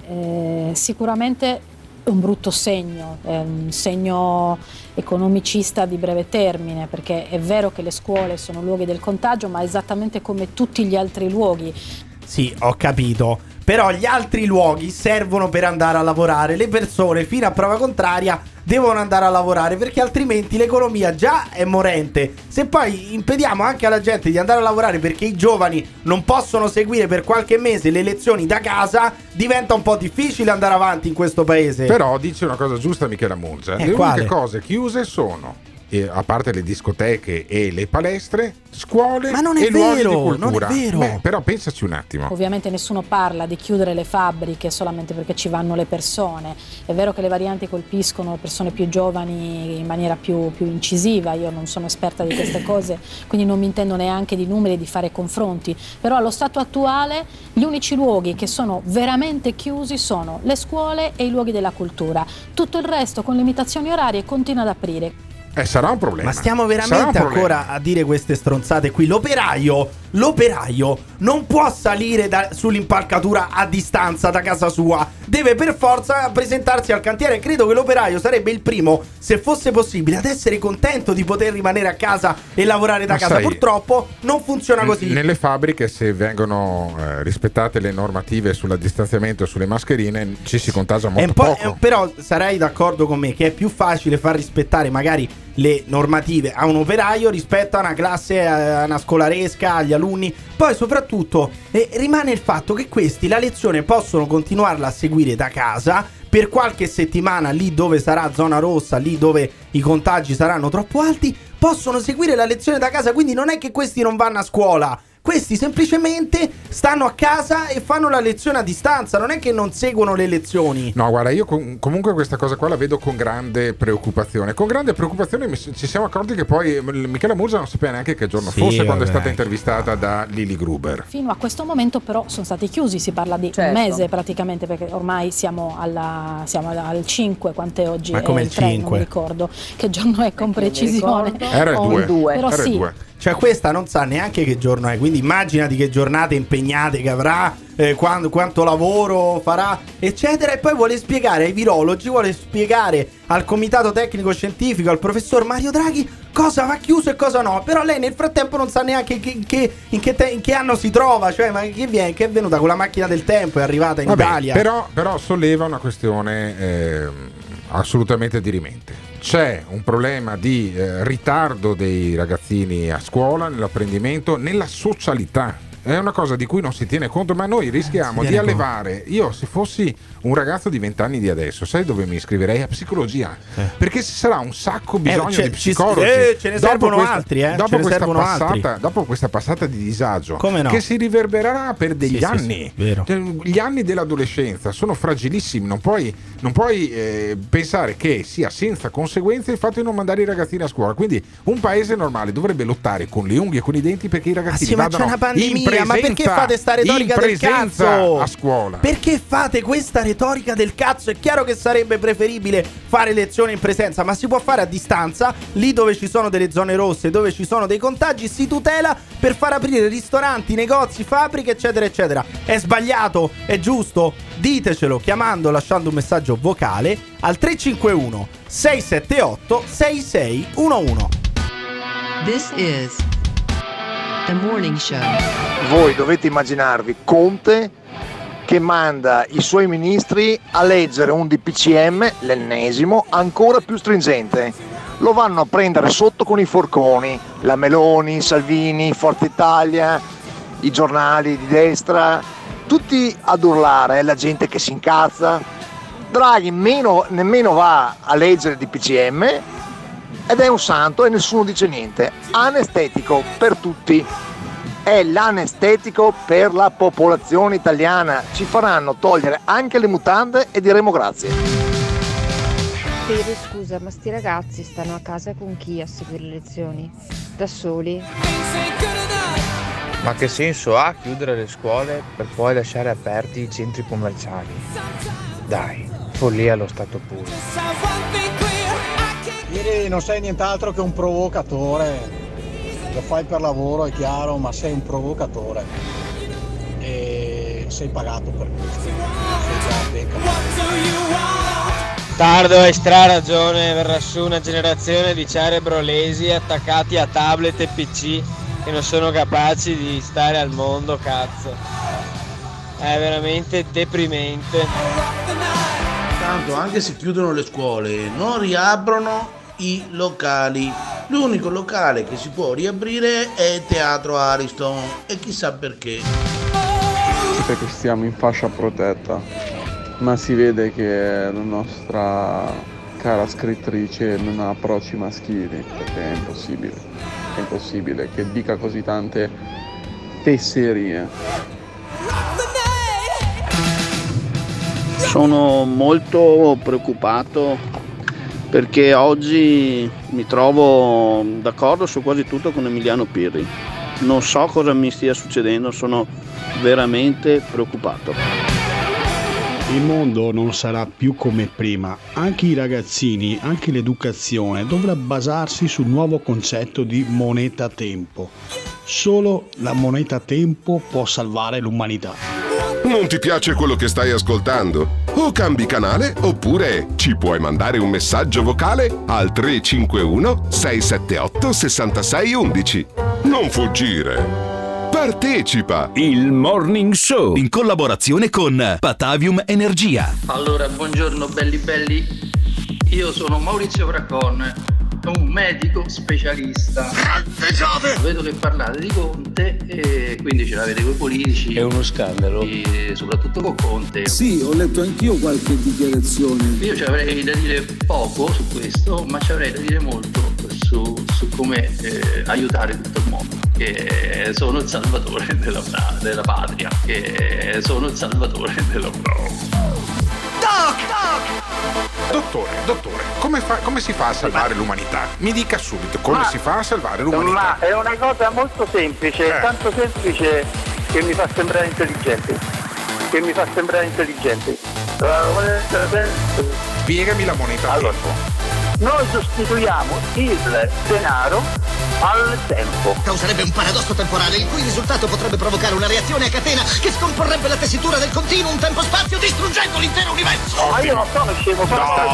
Sicuramente è un brutto segno, è un segno economicista di breve termine, perché è vero che le scuole sono luoghi del contagio, ma esattamente come tutti gli altri luoghi. Sì, ho capito. Però gli altri luoghi servono per andare a lavorare. Le persone, fino a prova contraria, devono andare a lavorare, perché altrimenti l'economia già è morente. Se poi impediamo anche alla gente di andare a lavorare perché i giovani non possono seguire per qualche mese le lezioni da casa, diventa un po' difficile andare avanti in questo paese. Però dice una cosa giusta Michela Murgia. Le uniche cose chiuse sono, a parte le discoteche e le palestre, scuole e luoghi di cultura. Non è vero. Però pensaci un attimo. Ovviamente nessuno parla di chiudere le fabbriche solamente perché ci vanno le persone. È vero che le varianti colpiscono le persone più giovani in maniera più incisiva. Io non sono esperta di queste cose, quindi non mi intendo neanche di numeri e di fare confronti. Però allo stato attuale gli unici luoghi che sono veramente chiusi sono le scuole e i luoghi della cultura. Tutto il resto con limitazioni orarie continua ad aprire. Sarà un problema. Ma stiamo veramente ancora a dire queste stronzate qui? L'operaio non può salire sull'impalcatura a distanza da casa sua, deve per forza presentarsi al cantiere. Credo che l'operaio sarebbe il primo, se fosse possibile, ad essere contento di poter rimanere a casa e lavorare da casa. Purtroppo non funziona così. Nelle fabbriche, se vengono rispettate le normative sulla distanziamento e sulle mascherine, ci si contagia molto poco. Però sarai d'accordo con me che è più facile far rispettare magari le normative a un operaio rispetto a una classe, a una scolaresca, agli alunni. Poi soprattutto rimane il fatto che questi la lezione possono continuarla a seguire da casa per qualche settimana, lì dove sarà zona rossa, lì dove i contagi saranno troppo alti, possono seguire la lezione da casa. Quindi non è che questi non vanno a scuola, questi semplicemente stanno a casa e fanno la lezione a distanza, non è che non seguono le lezioni. No, guarda, io comunque questa cosa qua la vedo con grande preoccupazione. Con grande preoccupazione ci siamo accorti che poi Michela Murgia non sapeva neanche che giorno fosse quando è stata intervistata da Lily Gruber. Fino a questo momento però sono stati chiusi, si parla di un mese praticamente, perché ormai siamo al 5, quant'è oggi? Ma come il 3, 5? non mi ricordo che giorno è con precisione. Era il 2. Però era sì. il 2. Cioè questa non sa neanche che giorno è, quindi immaginati che giornate impegnate che avrà, quanto lavoro farà, eccetera. E poi vuole spiegare ai virologi, vuole spiegare al comitato tecnico scientifico, al professor Mario Draghi cosa va chiuso e cosa no. Però lei nel frattempo non sa neanche in che anno si trova. Cioè, ma che è venuta con la macchina del tempo, è arrivata in Italia. Però solleva una questione assolutamente dirimente. C'è un problema di ritardo dei ragazzini a scuola, nell'apprendimento, nella socialità. È una cosa di cui non si tiene conto, ma noi rischiamo di allevare. Io, se fossi un ragazzo di 20 anni di adesso, sai dove mi iscriverei? A psicologia. Perché ci sarà un sacco bisogno di psicologi. Ce ne servono altri, dopo questa passata di disagio, come no? Che si riverbererà per degli anni. Vero. Gli anni dell'adolescenza sono fragilissimi. Non puoi pensare che sia senza conseguenze il fatto di non mandare i ragazzini a scuola. Quindi un paese normale dovrebbe lottare con le unghie e con i denti perché i ragazzini vadano in presenza, ma perché fate sta retorica del cazzo a scuola? Perché fate questa retorica del cazzo? È chiaro che sarebbe preferibile fare lezioni in presenza, ma si può fare a distanza. Lì dove ci sono delle zone rosse, dove ci sono dei contagi, si tutela per far aprire ristoranti, negozi, fabbriche, eccetera eccetera. È sbagliato? È giusto? Ditecelo chiamando, lasciando un messaggio vocale al 351 678 6611. This is The Morning Show. Voi dovete immaginarvi Conte che manda i suoi ministri a leggere un DPCM, l'ennesimo, ancora più stringente. Lo vanno a prendere sotto con i forconi, la Meloni, Salvini, Forza Italia, i giornali di destra, tutti ad urlare, la gente che si incazza. Draghi nemmeno va a leggere il DPCM ed è un santo e nessuno dice niente. Anestetico per tutti. È l'anestetico per la popolazione italiana. Ci faranno togliere anche le mutande e diremo grazie. Chiedo scusa, ma sti ragazzi stanno a casa con chi a seguire le lezioni? Da soli? Ma che senso ha chiudere le scuole per poi lasciare aperti i centri commerciali? Dai, follia allo stato puro. Ieri non sei nient'altro che un provocatore. Lo fai per lavoro, è chiaro, ma sei un provocatore. E sei pagato per questo. Sei già Tardo hai ragione, verrà su una generazione di cerebrolesi attaccati a tablet e PC che non sono capaci di stare al mondo, cazzo. È veramente deprimente. Tanto anche se chiudono le scuole non riaprono i locali. L'unico locale che si può riaprire è il Teatro Ariston e chissà perché. Perché stiamo in fascia protetta, ma si vede che la nostra cara scrittrice non ha approcci maschili, perché è impossibile che dica così tante fesserie. Sono molto preoccupato perché oggi mi trovo d'accordo su quasi tutto con Emiliano Pirri. Non so cosa mi stia succedendo, sono veramente preoccupato. Il mondo non sarà più come prima, anche i ragazzini, anche l'educazione dovrà basarsi sul nuovo concetto di moneta tempo. Solo la moneta tempo può salvare l'umanità. Non ti piace quello che stai ascoltando? O cambi canale oppure ci puoi mandare un messaggio vocale al 351 678 6611. Non fuggire! Partecipa! Il Morning Show in collaborazione con Patavium Energia. Allora, buongiorno belli. Io sono Maurizio Bracon, un medico specialista. Vedo che parlate di Conte e quindi ce l'avete con i politici. È uno scandalo. E soprattutto con Conte. Sì, ho letto anch'io qualche dichiarazione. Io ci avrei da dire poco su questo, ma ci avrei da dire molto su come aiutare tutto il mondo. Che sono il salvatore della patria. Che sono il salvatore della Dottore, come si fa a salvare l'umanità? Mi dica subito, come si fa a salvare l'umanità? Ma è una cosa molto semplice, tanto semplice che mi fa sembrare intelligente. Spiegami la moneta tempo. Noi sostituiamo il denaro al tempo. Causerebbe un paradosso temporale, il cui risultato potrebbe provocare una reazione a catena che scomporrebbe la tessitura del continuum tempo-spazio, distruggendo l'intero universo. Ma io non sono scemo,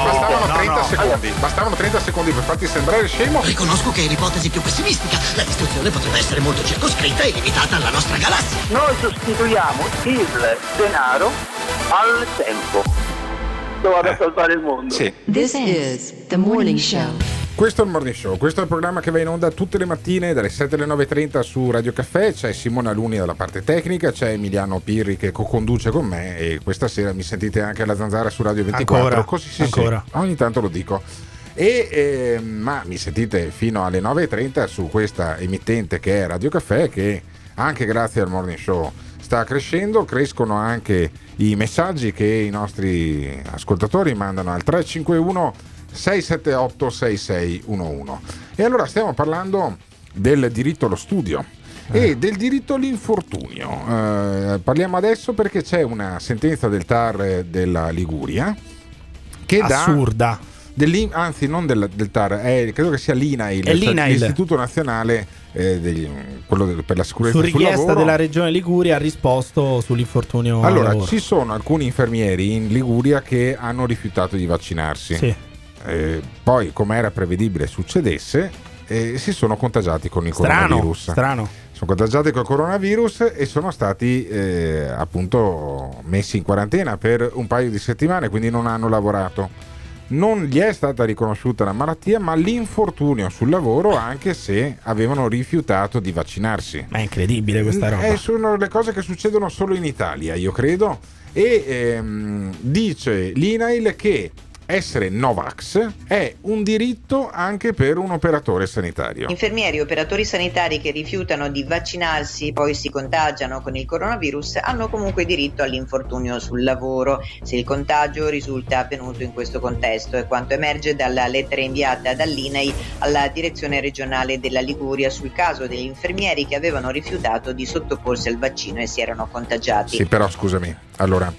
Bastavano 30 secondi per farti sembrare scemo. Riconosco che è l'ipotesi più pessimistica. La distruzione potrebbe essere molto circoscritta e limitata alla nostra galassia. Noi sostituiamo il denaro al tempo. Vado a salvare il mondo. Sì. This is the Morning Show. Questo è il Morning Show, questo è il programma che va in onda tutte le mattine dalle 7 alle 9.30 su Radio Caffè. C'è Simona Luni dalla parte tecnica, c'è Emiliano Pirri che co-conduce con me e questa sera mi sentite anche alla Zanzara su Radio 24. Ancora. Ogni tanto lo dico. Ma mi sentite fino alle 9.30 su questa emittente che è Radio Caffè, che anche grazie al Morning Show sta crescendo. Crescono anche i messaggi che i nostri ascoltatori mandano al 351 678 6611. E allora stiamo parlando del diritto allo studio e del diritto all'infortunio. Parliamo adesso perché c'è una sentenza del TAR della Liguria che assurda. Anzi, non del TAR, credo che sia l'INAIL, l'Istituto Nazionale quello per la sicurezza sul lavoro. Su richiesta della Regione Liguria ha risposto sull'infortunio al lavoro. Ci sono alcuni infermieri in Liguria che hanno rifiutato di vaccinarsi. Sì. Poi, come era prevedibile succedesse, si sono contagiati con il coronavirus. Strano. Sono contagiati col coronavirus e sono stati appunto messi in quarantena per un paio di settimane, quindi non hanno lavorato. Non gli è stata riconosciuta la malattia, ma l'infortunio sul lavoro, anche se avevano rifiutato di vaccinarsi. Ma è incredibile questa roba. Sono le cose che succedono solo in Italia, io credo. E dice l'INAIL che essere Novax è un diritto anche per un operatore sanitario. Infermieri e operatori sanitari che rifiutano di vaccinarsi, poi si contagiano con il coronavirus, hanno comunque diritto all'infortunio sul lavoro se il contagio risulta avvenuto in questo contesto, è quanto emerge dalla lettera inviata dall'INAIL alla direzione regionale della Liguria sul caso degli infermieri che avevano rifiutato di sottoporsi al vaccino e si erano contagiati. Sì, però scusami, allora,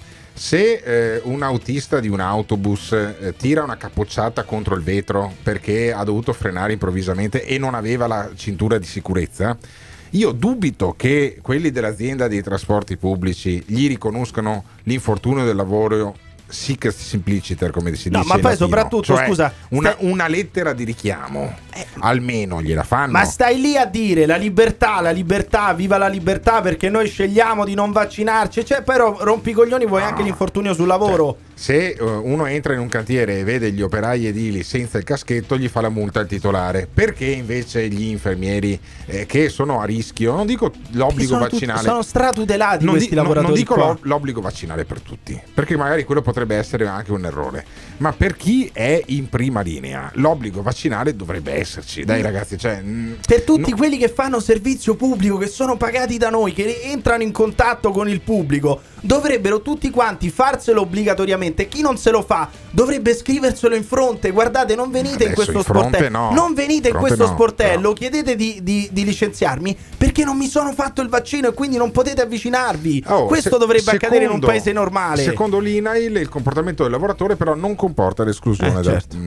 se un autista di un autobus tira una capocciata contro il vetro perché ha dovuto frenare improvvisamente e non aveva la cintura di sicurezza, io dubito che quelli dell'azienda dei trasporti pubblici gli riconoscano l'infortunio del lavoro sic simpliciter, come si dice. No, ma poi soprattutto, cioè, scusa, una lettera di richiamo almeno gliela fanno. Ma stai lì a dire la libertà, viva la libertà perché noi scegliamo di non vaccinarci, cioè però rompi i coglioni, vuoi anche l'infortunio sul lavoro. Se uno entra in un cantiere e vede gli operai edili senza il caschetto, gli fa la multa il titolare. Perché invece gli infermieri che sono a rischio, non dico l'obbligo vaccinale, sono stratutelati questi lavoratori. Non dico l'obbligo vaccinale per tutti, perché magari quello potrebbe essere anche un errore, ma per chi è in prima linea l'obbligo vaccinale dovrebbe esserci. Dai ragazzi, cioè, per tutti quelli che fanno servizio pubblico, che sono pagati da noi, che entrano in contatto con il pubblico, dovrebbero tutti quanti farselo obbligatoriamente. Chi non se lo fa dovrebbe scriverselo in fronte. Guardate, non venite in questo sportello, non venite in questo sportello, chiedete di licenziarmi perché non mi sono fatto il vaccino e quindi non potete avvicinarvi. Questo dovrebbe accadere in un paese normale. Secondo l'INAIL il comportamento del lavoratore però non comporta l'esclusione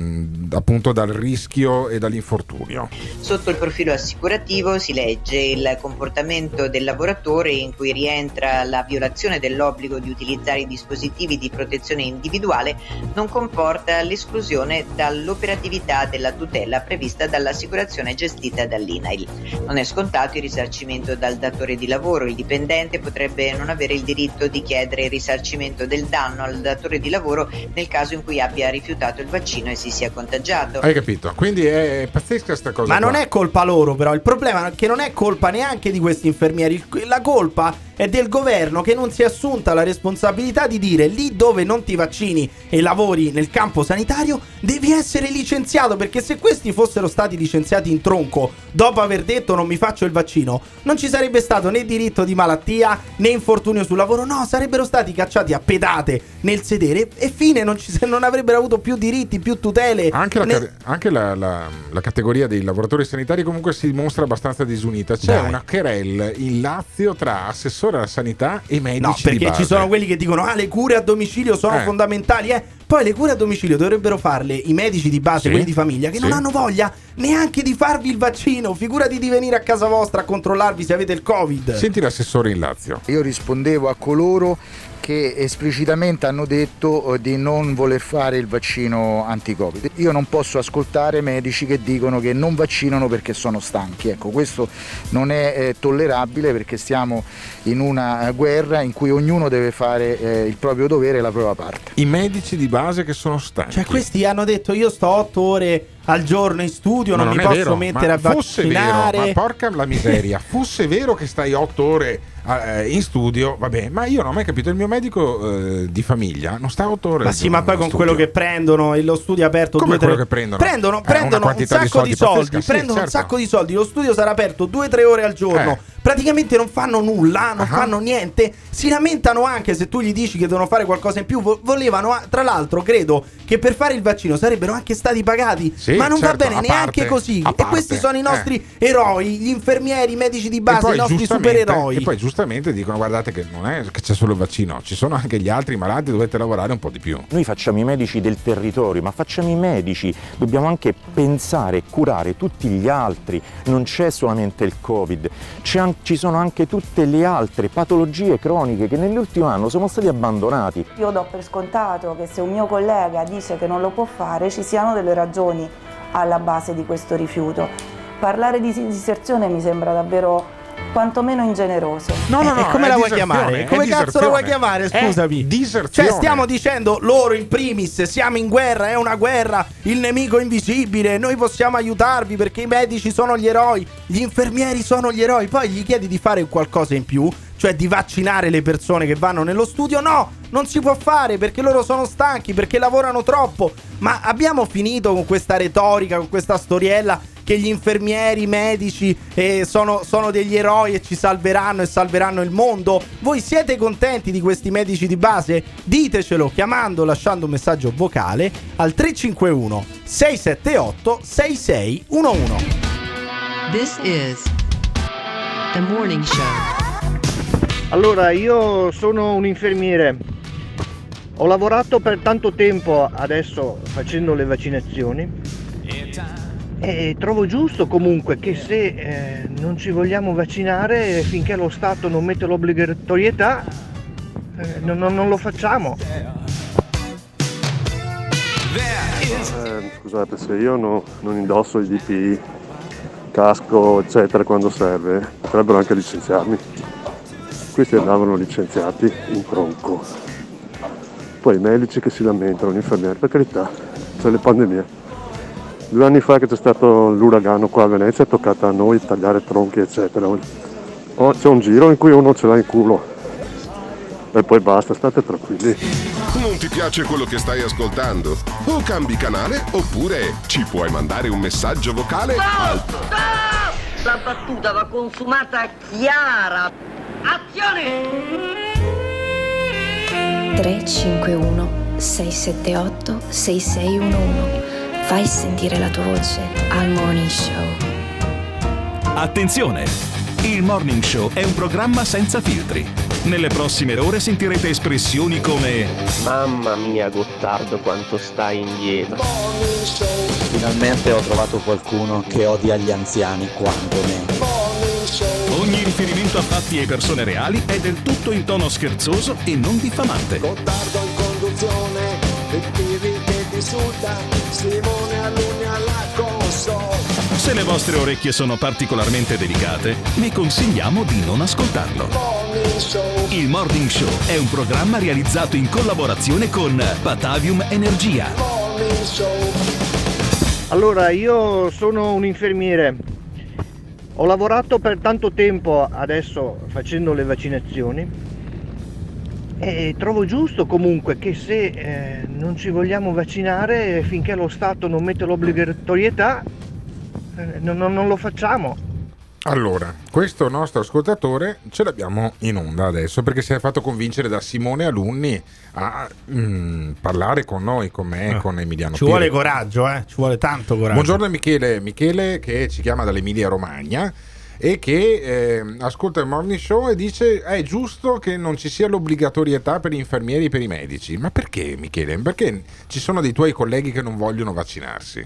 appunto dal rischio e dall'infortunio. Sotto il profilo assicurativo si legge: il comportamento del lavoratore in cui rientra la violazione dell'obbligo di utilizzare i dispositivi di protezione individuale non comporta l'esclusione dall'operatività della tutela prevista dall'assicurazione gestita dall'INAIL. Non è scontato il risarcimento dal datore di lavoro. Il dipendente potrebbe non avere il diritto di chiedere il risarcimento del danno al datore di lavoro nel caso in cui abbia rifiutato il vaccino e si sia contagiato. Hai capito? Quindi è pazzesca sta cosa. Ma non è colpa loro, però il problema è che non è colpa neanche di questi infermieri. La colpa è del governo che non si è assunta la responsabilità di dire: lì dove non ti vaccini e lavori nel campo sanitario devi essere licenziato, perché se questi fossero stati licenziati in tronco dopo aver detto non mi faccio il vaccino, non ci sarebbe stato né diritto di malattia né infortunio sul lavoro, no, sarebbero stati cacciati a pedate nel sedere e fine, non avrebbero avuto più diritti, più tutele. Anche la categoria dei lavoratori sanitari comunque si mostra abbastanza disunita. C'è una querel in Lazio tra assessore alla sanità e medici di base. No, perché ci sono quelli che dicono le cure a domicilio sono fondamentali, Poi le cure a domicilio dovrebbero farle i medici di base, quelli di famiglia, che non hanno voglia neanche di farvi il vaccino. Figurati di venire a casa vostra a controllarvi se avete il Covid. Senti l'assessore in Lazio. Io rispondevo a coloro che esplicitamente hanno detto di non voler fare il vaccino anti-Covid. Io non posso ascoltare medici che dicono che non vaccinano perché sono stanchi. Ecco, questo non è tollerabile, perché stiamo in una guerra in cui ognuno deve fare il proprio dovere e la propria parte. I medici di base che sono stanchi. Cioè questi hanno detto: io sto 8 ore al giorno in studio, non mi posso mettere a vaccinare. Vero, ma porca la miseria, fosse vero che stai 8 ore in studio, vabbè, ma io non ho mai capito, il mio medico di famiglia non sta 8 ore. Ma sì, ma poi con quello che prendono, lo studio aperto, come quello che prendono un sacco di soldi, prendono un sacco di soldi, lo studio sarà aperto 2-3 ore al giorno, praticamente non fanno nulla, non fanno niente, si lamentano anche se tu gli dici che devono fare qualcosa in più. Volevano, tra l'altro, credo che per fare il vaccino sarebbero anche stati pagati, ma non va bene neanche così. E questi sono i nostri eroi, gli infermieri, i medici di base, i nostri supereroi. E poi giustamente dicono: guardate che non è che c'è solo il vaccino, ci sono anche gli altri malati, dovete lavorare un po' di più. Noi facciamo i medici del territorio, ma facciamo i medici, dobbiamo anche pensare e curare tutti gli altri. Non c'è solamente il Covid, ci sono anche tutte le altre patologie croniche che nell'ultimo anno sono stati abbandonati. Io do per scontato che se un mio collega dice che non lo può fare, ci siano delle ragioni alla base di questo rifiuto. Parlare di diserzione mi sembra davvero quantomeno ingeneroso. No, come la vuoi chiamare? Come cazzo la vuoi chiamare? Scusami. Cioè stiamo dicendo loro in primis: siamo in guerra, è una guerra, il nemico invisibile, noi possiamo aiutarvi perché i medici sono gli eroi, gli infermieri sono gli eroi. Poi gli chiedi di fare qualcosa in più, cioè di vaccinare le persone che vanno nello studio. No, non si può fare perché loro sono stanchi, perché lavorano troppo. Ma abbiamo finito con questa retorica, con questa storiella che gli infermieri, i medici sono degli eroi e ci salveranno e salveranno il mondo? Voi siete contenti di questi medici di base? Ditecelo chiamando, lasciando un messaggio vocale al 351 678 6611. This is The Morning Show. Allora, io sono un infermiere. Ho lavorato per tanto tempo adesso facendo le vaccinazioni e trovo giusto comunque che se non ci vogliamo vaccinare, finché lo Stato non mette l'obbligatorietà, non lo facciamo. Scusate, se io non indosso i DPI, casco eccetera quando serve, potrebbero anche licenziarmi. Questi andavano licenziati in tronco. Poi i medici che si lamentano, gli infermieri, per carità, c'è le pandemie. 2 anni fa che c'è stato l'uragano qua a Venezia, è toccata a noi tagliare tronchi eccetera. C'è un giro in cui uno ce l'ha in culo e poi basta, state tranquilli. Non ti piace quello che stai ascoltando? O cambi canale oppure ci puoi mandare un messaggio vocale al... La battuta va consumata chiara. Azione! 351 678 6611. Fai sentire la tua voce al Morning Show. Attenzione! Il Morning Show è un programma senza filtri. Nelle prossime ore sentirete espressioni come: mamma mia Gottardo quanto stai indietro. Finalmente ho trovato qualcuno che odia gli anziani quanto me. Ogni riferimento a fatti e persone reali è del tutto in tono scherzoso e non diffamante. Gottardo in conduzione, il Pirri che ti insulta, Simone Alunni alla console. Se le vostre orecchie sono particolarmente delicate, vi consigliamo di non ascoltarlo. Il Morning Show è un programma realizzato in collaborazione con Batavium Energia. Allora, io sono un infermiere. Ho lavorato per tanto tempo adesso facendo le vaccinazioni e trovo giusto comunque che se non ci vogliamo vaccinare, finché lo Stato non mette l'obbligatorietà, non lo facciamo. Allora, questo nostro ascoltatore ce l'abbiamo in onda adesso perché si è fatto convincere da Simone Alunni a parlare con noi, con me, con Emiliano Ci Pirri. vuole coraggio, ci vuole tanto coraggio. Buongiorno Michele che ci chiama dall'Emilia Romagna e che ascolta il Morning Show e dice è giusto che non ci sia l'obbligatorietà per gli infermieri e per i medici. Ma perché, Michele? Perché ci sono dei tuoi colleghi che non vogliono vaccinarsi?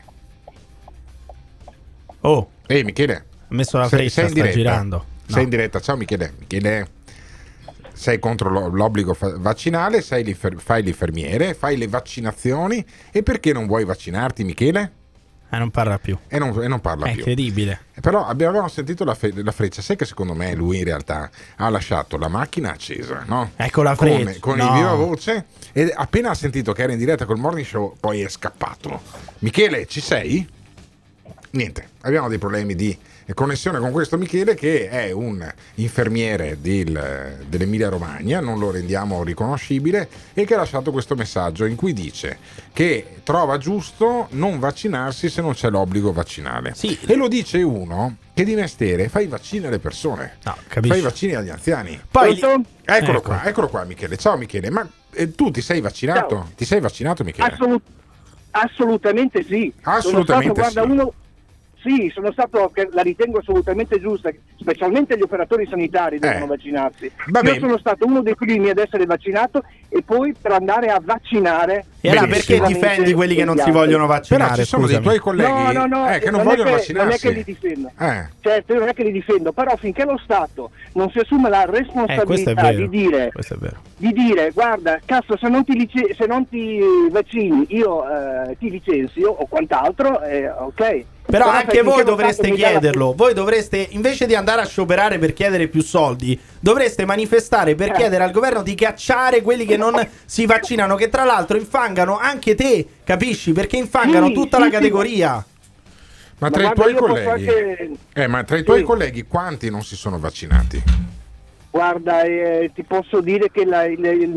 Oh, ehi Michele, ha messo la freccia, sei in sta diretta? girando. Sei in diretta, ciao Michele. Sei contro l'obbligo vaccinale, fai l'infermiere, fai le vaccinazioni e perché non vuoi vaccinarti, Michele? Non parla più. E non parla È più. incredibile. Però abbiamo sentito la freccia. Sai che secondo me lui in realtà ha lasciato la macchina accesa, no? Ecco la freccia. Con il viva voce. E appena ha sentito che era in diretta col Morning Show, poi è scappato. Michele, ci sei? Niente, abbiamo dei problemi di connessione con questo Michele che è un infermiere dell'Emilia Romagna, non lo rendiamo riconoscibile, e che ha lasciato questo messaggio in cui dice che trova giusto non vaccinarsi se non c'è l'obbligo vaccinale. Sì. E lo dice uno che di mestiere fa i vaccini alle persone, capisci? fa i vaccini agli anziani. Poi Eccolo qua Michele. Ciao Michele, ma tu ti sei vaccinato? Ciao. Ti sei vaccinato Michele? Assolutamente sì. Assolutamente sì, sono stato, che la ritengo assolutamente giusta, specialmente gli operatori sanitari devono vaccinarsi. Io sono stato uno dei primi ad essere vaccinato e poi per andare a vaccinare. E allora perché difendi quelli che non si vogliono vaccinare? Però ci sono dei tuoi colleghi che non vogliono vaccinarsi. Non è che li difendo. Certo, io non è che li difendo, però finché lo Stato non si assume la responsabilità di dire guarda, cazzo, se non ti vaccini io ti licenzio o quant'altro, ok. Però anche voi dovreste chiederlo. Voi dovreste, invece di andare a scioperare per chiedere più soldi, dovreste manifestare per chiedere al governo di cacciare quelli che non si vaccinano, che tra l'altro infangano anche te, capisci? Perché infangano tutta la categoria. Ma tra i tuoi colleghi, ma tra i tuoi colleghi quanti non si sono vaccinati? Guarda, ti posso dire che il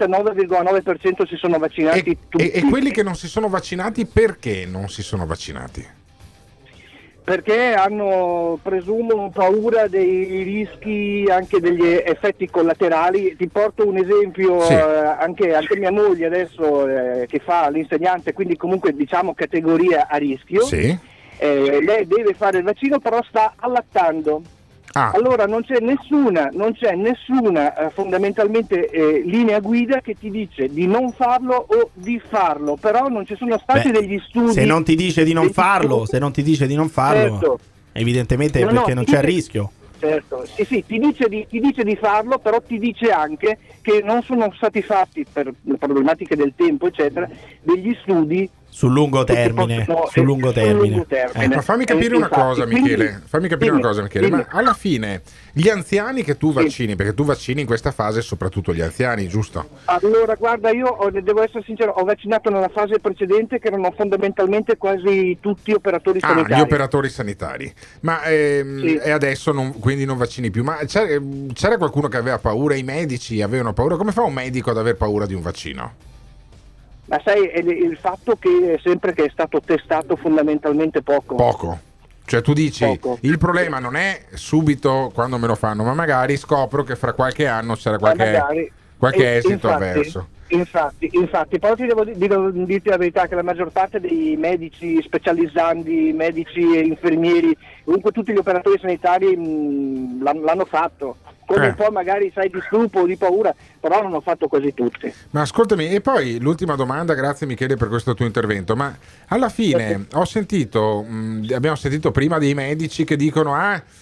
99,9% si sono vaccinati tutti. E quelli che non si sono vaccinati, perché non si sono vaccinati? Perché hanno, presumo, paura dei rischi, anche degli effetti collaterali. Ti porto un esempio, sì. Anche mia moglie adesso che fa l'insegnante, quindi comunque diciamo categoria a rischio. Sì. Lei deve fare il vaccino, però sta allattando. Allora non c'è nessuna fondamentalmente linea guida che ti dice di non farlo o di farlo, però non ci sono stati degli studi. Se non ti dice di non farlo, certo. Evidentemente è perché non c'è rischio. Certo, sì, ti dice di farlo, però ti dice anche che non sono stati fatti, per le problematiche del tempo eccetera, degli studi sul lungo termine. Ma fammi capire una cosa, Michele. Ma alla fine gli anziani che tu vaccini, perché tu vaccini in questa fase soprattutto gli anziani, giusto? Allora, guarda, io devo essere sincero, ho vaccinato nella fase precedente che erano fondamentalmente quasi tutti operatori sanitari. Gli operatori sanitari. Ma e adesso quindi non vaccini più. Ma c'era qualcuno che aveva paura? I medici avevano paura? Come fa un medico ad aver paura di un vaccino? Ma sai, è il fatto che sempre che è stato testato fondamentalmente poco. Cioè tu dici, il problema non è subito quando me lo fanno, ma magari scopro che fra qualche anno c'era qualche esito avverso. Infatti, poi ti devo dirti la verità che la maggior parte dei medici specializzandi, medici e infermieri, comunque tutti gli operatori sanitari l'hanno fatto. Come un po' magari sai di stupo o di paura, però non ho fatto quasi tutti. Ma ascoltami, e poi l'ultima domanda, grazie Michele per questo tuo intervento, ma alla fine abbiamo sentito prima dei medici che dicono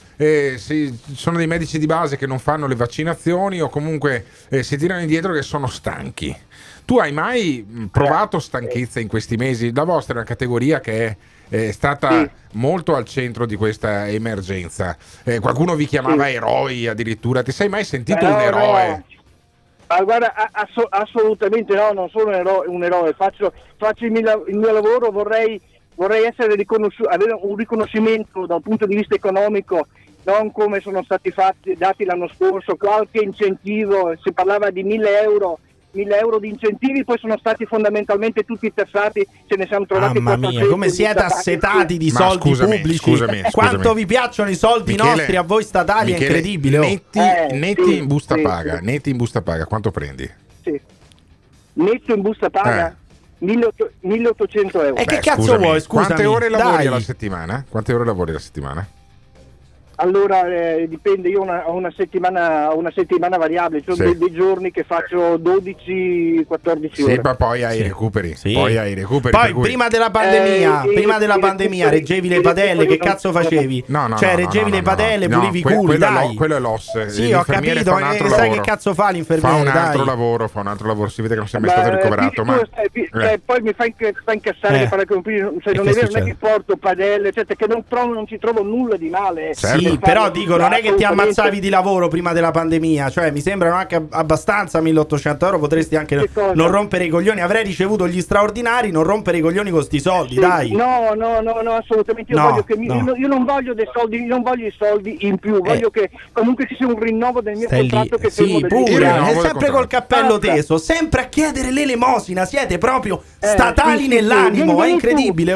sono dei medici di base che non fanno le vaccinazioni o comunque si tirano indietro che sono stanchi. Tu hai mai provato stanchezza in questi mesi? La vostra è una categoria che è stata molto al centro di questa emergenza. Qualcuno vi chiamava eroi addirittura. Ti sei mai sentito un eroe? Ma guarda, assolutamente no, non sono un eroe. Faccio il mio lavoro, vorrei essere avere un riconoscimento dal punto di vista economico, non come sono stati dati l'anno scorso, qualche incentivo, si parlava di 1.000 euro di incentivi, poi sono stati fondamentalmente tutti tassati, ce ne siamo trovati. Mamma mia, come siete assetati di soldi pubblici. Scusami. Quanto vi piacciono i soldi nostri a voi statali, Michele, è incredibile. Netti in busta paga, quanto prendi? Sì. Netto in busta paga? 1.800 euro. E che cazzo vuoi? Scusami. Quante ore lavori alla settimana? Allora dipende, io ho una settimana variabile, ci sono dei giorni che faccio 12-14 ore. Sì, ma poi hai recuperi. Sì. Poi prima della pandemia reggevi le padelle, che cazzo facevi? Reggevi le padelle, pulivi i culi, dai. Quello è l'os. Sì, ho capito, sai che cazzo fa l'infermiere? Fa un altro lavoro, si vede che non sei mai stato ricoverato. Poi mi fa incassare non è che porto padelle, che non ci trovo nulla di male. Sì, però dico, non è che ti ammazzavi di lavoro prima della pandemia, cioè mi sembrano anche abbastanza 1.800 euro, potresti anche non rompere i coglioni, avrei ricevuto gli straordinari, non rompere i coglioni con sti soldi, dai. No, assolutamente, io non voglio dei soldi, non voglio i soldi in più, voglio che comunque ci sia un rinnovo del mio contratto che sì, pure, è sempre col cappello teso, sempre a chiedere l'elemosina, siete proprio statali nell'animo, è incredibile.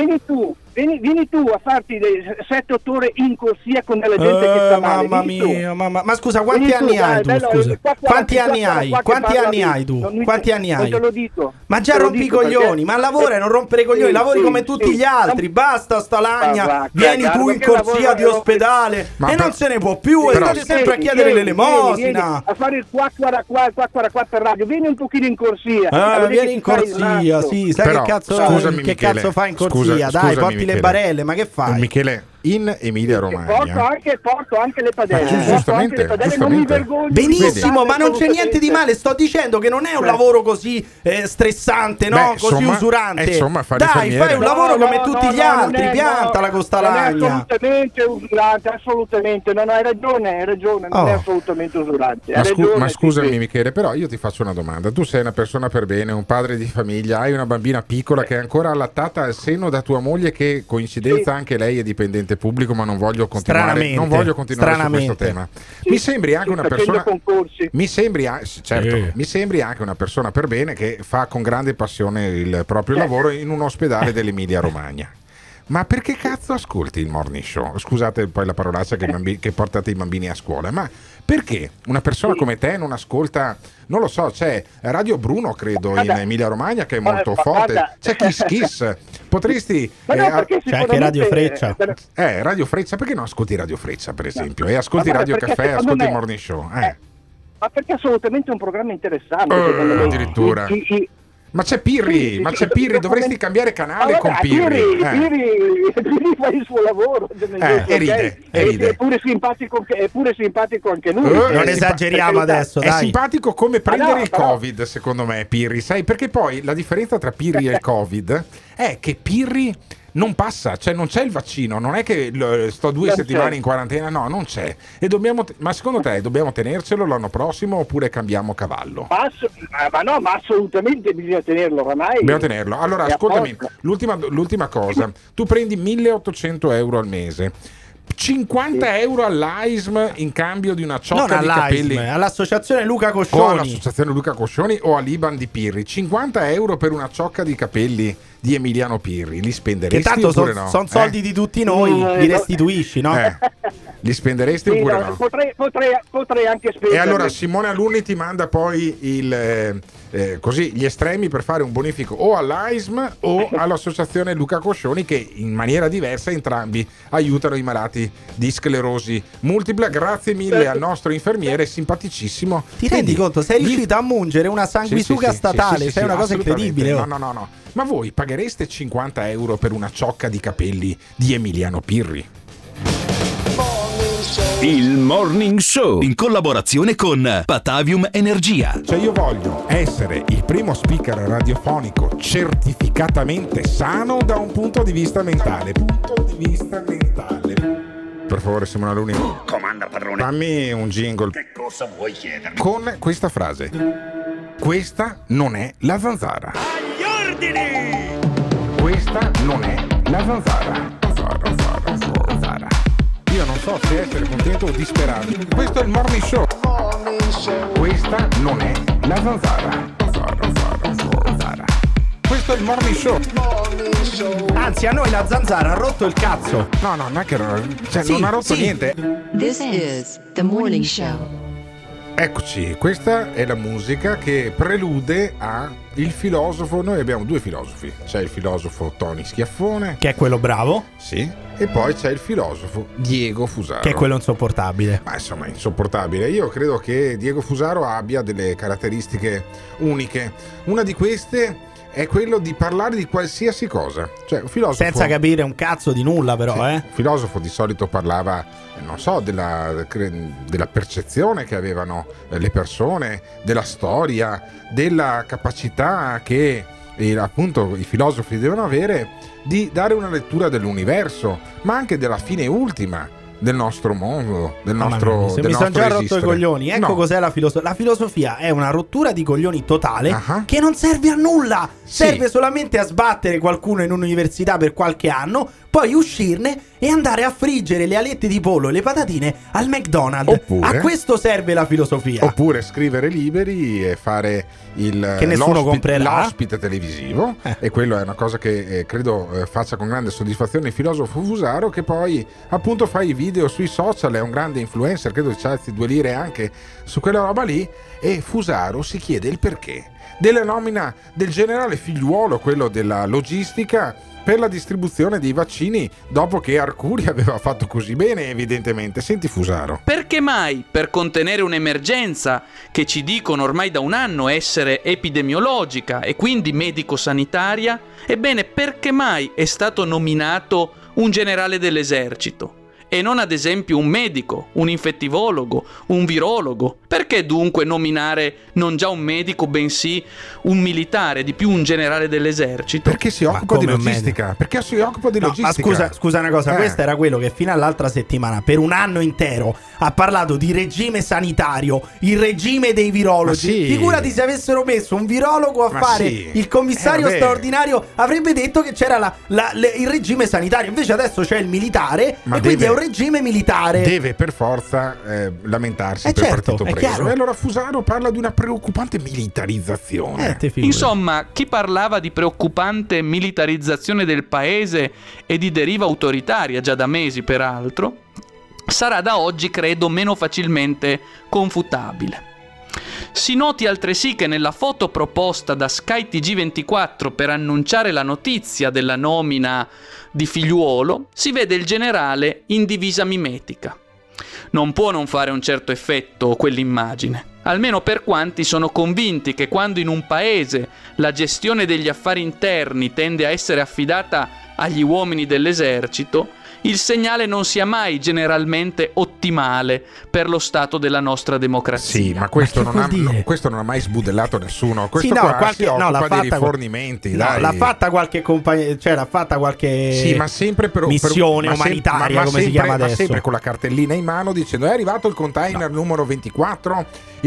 Vieni tu a farti 7-8 ore in corsia con della gente che sta male. Mamma mia, ma scusa, quanti anni hai tu? Scusa. Quanti anni hai tu? Quanti anni hai? Non te lo dico. Ma già rompi i coglioni, ma lavora e non rompere i coglioni, lavori come tutti gli altri, basta sta lagna, vieni tu in corsia di ospedale e non se ne può più e state sempre a chiedere l'elemosina. A fare il qua per radio, vieni un pochino in corsia. Vieni in corsia, sì, sai che cazzo fai in corsia? Dai, porti le barelle, ma che fai? Michele, in Emilia Romagna porto anche le padelle, giustamente. Non mi vergogno. Benissimo, ma non c'è niente di male, sto dicendo che non è un lavoro così stressante, no? Così usurante. Dai, fai un lavoro come tutti gli altri, piantala con sta lagna. Non è assolutamente usurante, assolutamente. No, hai ragione, non è assolutamente usurante. Ma scusami Michele, però io ti faccio una domanda. Tu sei una persona per bene, un padre di famiglia, hai una bambina piccola che è ancora allattata al seno da tua moglie, che coincidenza anche lei è dipendente ente pubblico, ma non voglio continuare su questo tema. Mi sembri anche una persona. Mi sembri anche una persona per bene che fa con grande passione il proprio lavoro in un ospedale dell'Emilia Romagna. Ma perché cazzo ascolti il morning show? Scusate poi la parolaccia che portate i bambini a scuola, ma perché una persona come te non ascolta, non lo so, c'è Radio Bruno credo in Emilia Romagna che è molto forte, c'è Kiss Kiss, potresti... c'è anche Radio Freccia. Radio Freccia, perché non ascolti Radio Freccia per esempio? E ascolti Radio Caffè, ascolti il morning show? Ma perché è assolutamente un programma interessante, secondo me. Addirittura. Ma c'è Pirri, dovresti cambiare canale con Pirri. Pirri fa il suo lavoro. E ride. È pure simpatico anche lui. Non esageriamo adesso, dai. È simpatico come prendere il Covid, secondo me, Pirri. Sai, perché poi la differenza tra Pirri e il Covid è che Pirri non passa, cioè non c'è il vaccino, non è che sto 2 settimane in quarantena, no, non c'è. E ma secondo te dobbiamo tenercelo l'anno prossimo oppure cambiamo cavallo? Ma assolutamente bisogna tenerlo oramai. Dobbiamo tenerlo. Allora, ascoltami, l'ultima cosa, tu prendi 1.800 euro al mese. 50 euro all'AISM in cambio di una ciocca di capelli, all'associazione Luca o Coscioni, all'associazione Luca Coscioni o all'Iban di Pirri. 50 euro per una ciocca di capelli di Emiliano Pirri, li spenderesti? Che tanto oppure no? Sono soldi di tutti noi, li restituisci, no? Li spenderesti oppure no? Potrei anche spendere. E allora Simone Alunni ti manda poi così gli estremi per fare un bonifico o all'AISM o all'associazione Luca Coscioni, che in maniera diversa entrambi aiutano i malati di sclerosi multipla. Grazie mille al nostro infermiere simpaticissimo. Ti rendi conto? Sei riuscito a mungere una sanguisuga statale, sei una cosa incredibile. No. Ma voi paghereste 50 euro per una ciocca di capelli di Emiliano Pirri? Il Morning Show in collaborazione con Patavium Energia. Cioè io voglio essere il primo speaker radiofonico certificatamente sano da un punto di vista mentale. Per favore, Simone Alunni, comanda padrone, fammi un jingle. Che cosa vuoi chiedermi? Con questa frase: questa non è la zanzara. Agli ordini! Questa non è la zanzara. Zanzara. Io non so se essere contento o disperato. Questo è il morning show. Questa non è la zanzara. Zanzara. Questo è il morning show. Anzi, a noi la zanzara ha rotto il cazzo. No, non è che non ha rotto niente. This is the morning show. Eccoci, questa è la musica che prelude a il filosofo. Noi abbiamo 2 filosofi. C'è il filosofo Tony Schiaffone, che è quello bravo. Sì. E poi c'è il filosofo Diego Fusaro, che è quello insopportabile. Ma insomma, insopportabile. Io credo che Diego Fusaro abbia delle caratteristiche uniche. Una di queste è quello di parlare di qualsiasi cosa. Cioè, un filosofo, senza capire un cazzo di nulla, però, Il filosofo di solito parlava, non so, della percezione che avevano le persone, della storia, della capacità che appunto i filosofi devono avere di dare una lettura dell'universo, ma anche della fine ultima del nostro mondo, del nostro mi sono già esistere. rotto i coglioni. Ecco cos'è la filosofia. La filosofia è una rottura di coglioni totale, che non serve a nulla. Serve solamente a sbattere qualcuno in un'università per qualche anno, poi uscirne e andare a friggere le alette di pollo e le patatine al McDonald's. A questo serve la filosofia. Oppure scrivere libri e fare che nessuno comprerà, l'ospite televisivo. E quello è una cosa che credo faccia con grande soddisfazione il filosofo Fusaro, che poi appunto fa i video sui social, è un grande influencer, credo ci alzi 2 lire anche su quella roba lì. E Fusaro si chiede il perché della nomina del generale Figliuolo, quello della logistica, per la distribuzione dei vaccini, dopo che Arcuri aveva fatto così bene, evidentemente. Senti Fusaro. Perché mai, per contenere un'emergenza che ci dicono ormai da un anno essere epidemiologica e quindi medico-sanitaria, ebbene perché mai è stato nominato un generale dell'esercito? e non ad esempio un medico, un infettivologo, un virologo? Perché dunque nominare non già un medico bensì un militare, di più un generale dell'esercito? Perché si occupa di logistica. Perché si occupa di logistica. Ma scusa una cosa, questo era quello che fino all'altra settimana per un anno intero ha parlato di regime sanitario, il regime dei virologi. Sì. Figurati se avessero messo un virologo a fare il commissario straordinario, avrebbe detto che c'era il regime sanitario. Invece adesso c'è il militare quindi è un regime militare. Deve per forza lamentarsi per partito preso. Chiaro. E allora Fusaro parla di una preoccupante militarizzazione. Insomma, chi parlava di preoccupante militarizzazione del paese e di deriva autoritaria già da mesi peraltro, sarà da oggi credo meno facilmente confutabile. Si noti altresì che nella foto proposta da Sky TG24 per annunciare la notizia della nomina di Figliuolo si vede il generale in divisa mimetica. Non può non fare un certo effetto quell'immagine, almeno per quanti sono convinti che quando in un paese la gestione degli affari interni tende a essere affidata agli uomini dell'esercito, il segnale non sia mai generalmente ottimale per lo stato della nostra democrazia. Sì, ma questo non ha mai sbudellato nessuno. Questo si occupa di rifornimenti. L'ha fatta qualche compagnia, cioè l'ha fatta qualche ma sempre missione umanitaria, come si chiama adesso. Ma sempre con la cartellina in mano dicendo: è arrivato il container numero 24,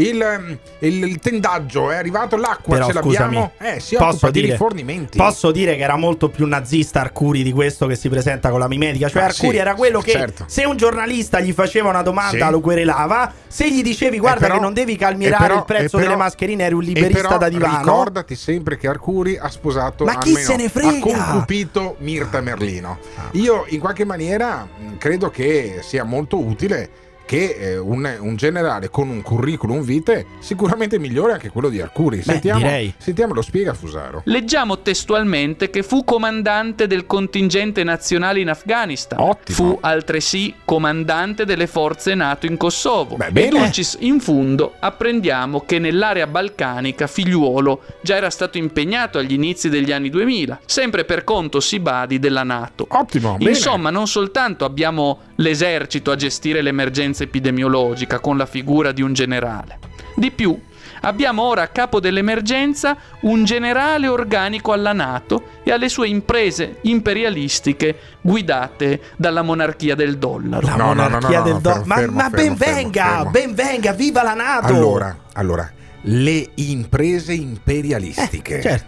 il tendaggio, è arrivato l'acqua, però, ce l'abbiamo. Si occupa di rifornimenti. Posso dire che era molto più nazista Arcuri di questo che si presenta con la mimetica. Cioè Arcuri era quello che se un giornalista gli faceva una domanda lo querelava, se gli dicevi guarda che non devi calmierare il prezzo delle mascherine, eri un liberista da divano. Ricordati sempre che Arcuri ha sposato, ma chi se ne frega, ha concupito Mirta Merlino. Io in qualche maniera credo che sia molto utile che un generale con un curriculum vitae sicuramente migliore anche quello di Arcuri. Sentiamo, lo spiega Fusaro. Leggiamo testualmente che fu comandante del contingente nazionale in Afghanistan. Fu altresì comandante delle forze NATO in Kosovo. E dulcis in fundo apprendiamo che nell'area balcanica Figliuolo già era stato impegnato agli inizi degli anni 2000, sempre per conto, si badi, della NATO. Insomma, non soltanto abbiamo l'esercito a gestire l'emergenza epidemiologica con la figura di un generale. Di più, abbiamo ora a capo dell'emergenza un generale organico alla NATO e alle sue imprese imperialistiche guidate dalla monarchia del dollaro. La monarchia del dollaro. Ma ben venga, viva la NATO! Allora, le imprese imperialistiche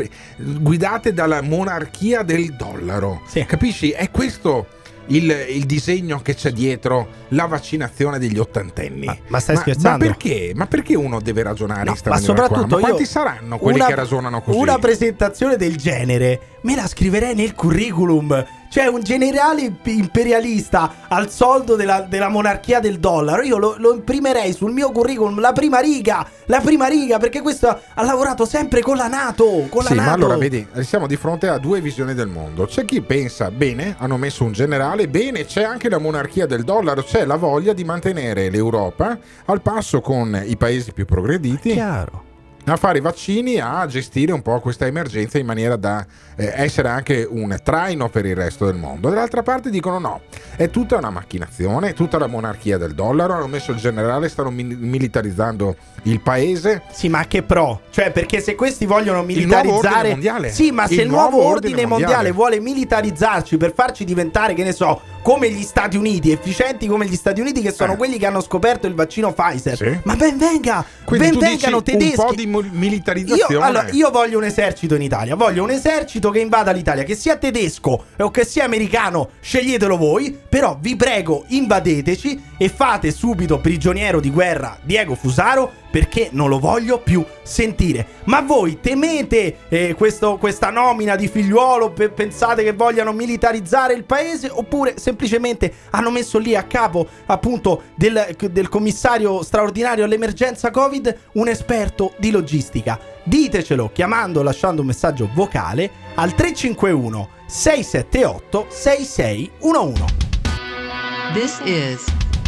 guidate dalla monarchia del dollaro. Capisci? È questo il disegno che c'è dietro la vaccinazione degli ottantenni. Ma stai scherzando? Ma perché uno deve ragionare in sta maniera? Ma soprattutto qua? Quanti saranno quelli che ragionano così? Una presentazione del genere me la scriverei nel curriculum. Cioè un generale imperialista al soldo della monarchia del dollaro. Io lo imprimerei sul mio curriculum, la prima riga, perché questo ha lavorato sempre con la NATO. Ma allora vedi, siamo di fronte a due visioni del mondo. C'è chi pensa, bene, hanno messo un generale, bene, c'è anche la monarchia del dollaro, c'è la voglia di mantenere l'Europa al passo con i paesi più progrediti. Chiaro. A fare i vaccini, a gestire un po' questa emergenza in maniera da essere anche un traino per il resto del mondo. Dall'altra parte dicono no, è tutta una macchinazione, è tutta la monarchia del dollaro, hanno messo il generale, stanno militarizzando il paese. Sì, ma che pro? Cioè, perché se questi vogliono militarizzare mondiale. Sì, ma se il nuovo ordine mondiale vuole militarizzarci per farci diventare, che ne so, come gli Stati Uniti, efficienti come gli Stati Uniti, che sono quelli che hanno scoperto il vaccino Pfizer. Ma ben venga! Quindi ben vengano tedeschi. Un po' di militarizzazione. Io voglio un esercito in Italia, voglio un esercito che invada l'Italia, che sia tedesco o che sia americano, sceglietelo voi, però vi prego invadeteci e fate subito prigioniero di guerra Diego Fusaro, perché non lo voglio più sentire. Ma voi temete questa nomina di Figliuolo? Pensate che vogliano militarizzare il paese? Oppure semplicemente hanno messo lì a capo appunto del commissario straordinario all'emergenza Covid un esperto di logistica? Ditecelo chiamando o lasciando un messaggio vocale al 351 678 6611. This is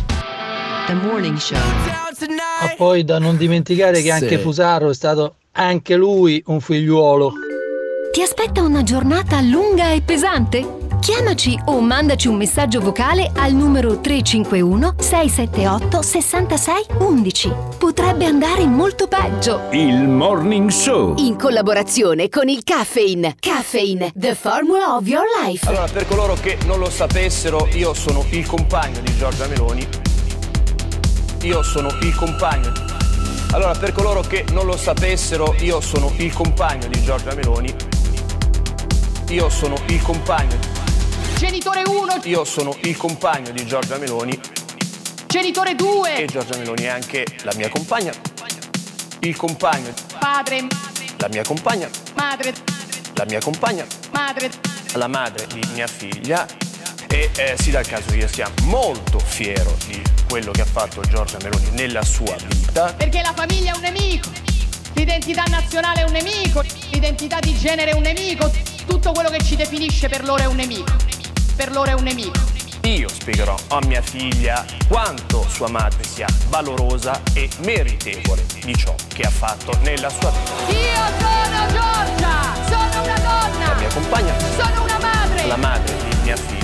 The Morning Show. Ma poi da non dimenticare che anche Fusaro è stato anche lui un figliuolo. Ti aspetta una giornata lunga e pesante? Chiamaci o mandaci un messaggio vocale al numero 351 678 66 11. Potrebbe andare molto peggio. Il Morning Show. In collaborazione con il Caffeine. Caffeine, the formula of your life. Allora, per coloro che non lo sapessero, io sono il compagno di Giorgia Meloni. Io sono il compagno. Allora, per coloro che non lo sapessero, io sono il compagno di Giorgia Meloni. Io sono il compagno. Genitore 1. Io sono il compagno di Giorgia Meloni. Genitore 2. E Giorgia Meloni è anche la mia compagna. Il compagno. Padre. La mia compagna. Madre. La mia compagna. Madre. La madre di mia figlia. E si dà il caso che io sia molto fiero di quello che ha fatto Giorgia Meloni nella sua vita. Perché la famiglia è un nemico, l'identità nazionale è un nemico, l'identità di genere è un nemico, tutto quello che ci definisce per loro è un nemico. Per loro è un nemico. Io spiegherò a mia figlia quanto sua madre sia valorosa e meritevole di ciò che ha fatto nella sua vita. Io sono Giorgia, sono una donna. La mia compagna. Sono una madre. La madre di mia figlia.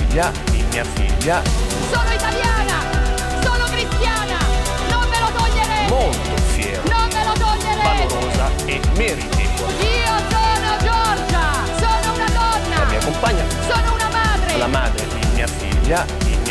Sono italiana, sono cristiana, non me lo toglierete. Molto fiero. Non me lo toglierete. Valorosa e meritevole. Io sono Giorgia, sono una donna. La mia compagna. Sono una madre. La madre di mia figlia.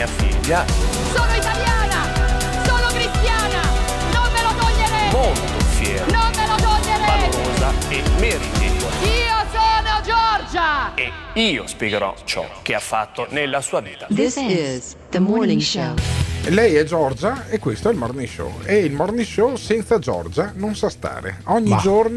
Sono italiana, sono cristiana, non me lo toglierete. Molto fiero. Non me lo toglierete. Valorosa e meritevole. Io sono Giorgia. E io spiegherò ciò che ha fatto nella sua vita. This is the Morning Show. Lei è Giorgia e questo è il Morning Show. E il Morning Show senza Giorgia non sa stare. Ogni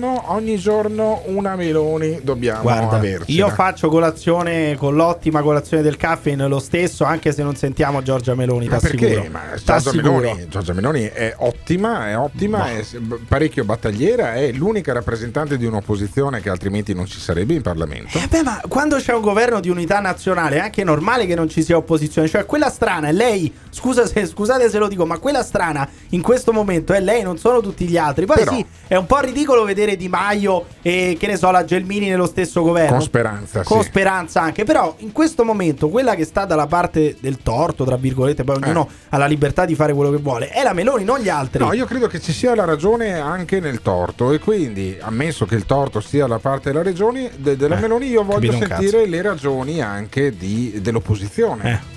giorno una Meloni dobbiamo averci. Io faccio colazione con l'ottima colazione del Caffeine lo stesso, anche se non sentiamo Giorgia Meloni. Ma perché? Ma T'assicuro. Giorgia Meloni è ottima, è parecchio battagliera, è l'unica rappresentante di un'opposizione che altrimenti non ci sarebbe in Parlamento. Ma quando c'è un governo di unità nazionale è anche normale che non ci sia opposizione. Cioè quella strana è lei, scusate se lo dico, ma quella strana in questo momento è lei, non sono tutti gli altri. Poi sì, è un po' ridicolo vedere Di Maio e che ne so, la Gelmini nello stesso governo. Con speranza anche. Però in questo momento quella che sta dalla parte del torto, tra virgolette, poi ognuno ha la libertà di fare quello che vuole, è la Meloni, non gli altri. No, io credo che ci sia la ragione anche nel torto, e quindi, ammesso che il torto sia la parte della ragione della Meloni, io voglio sentire le ragioni anche dell'opposizione.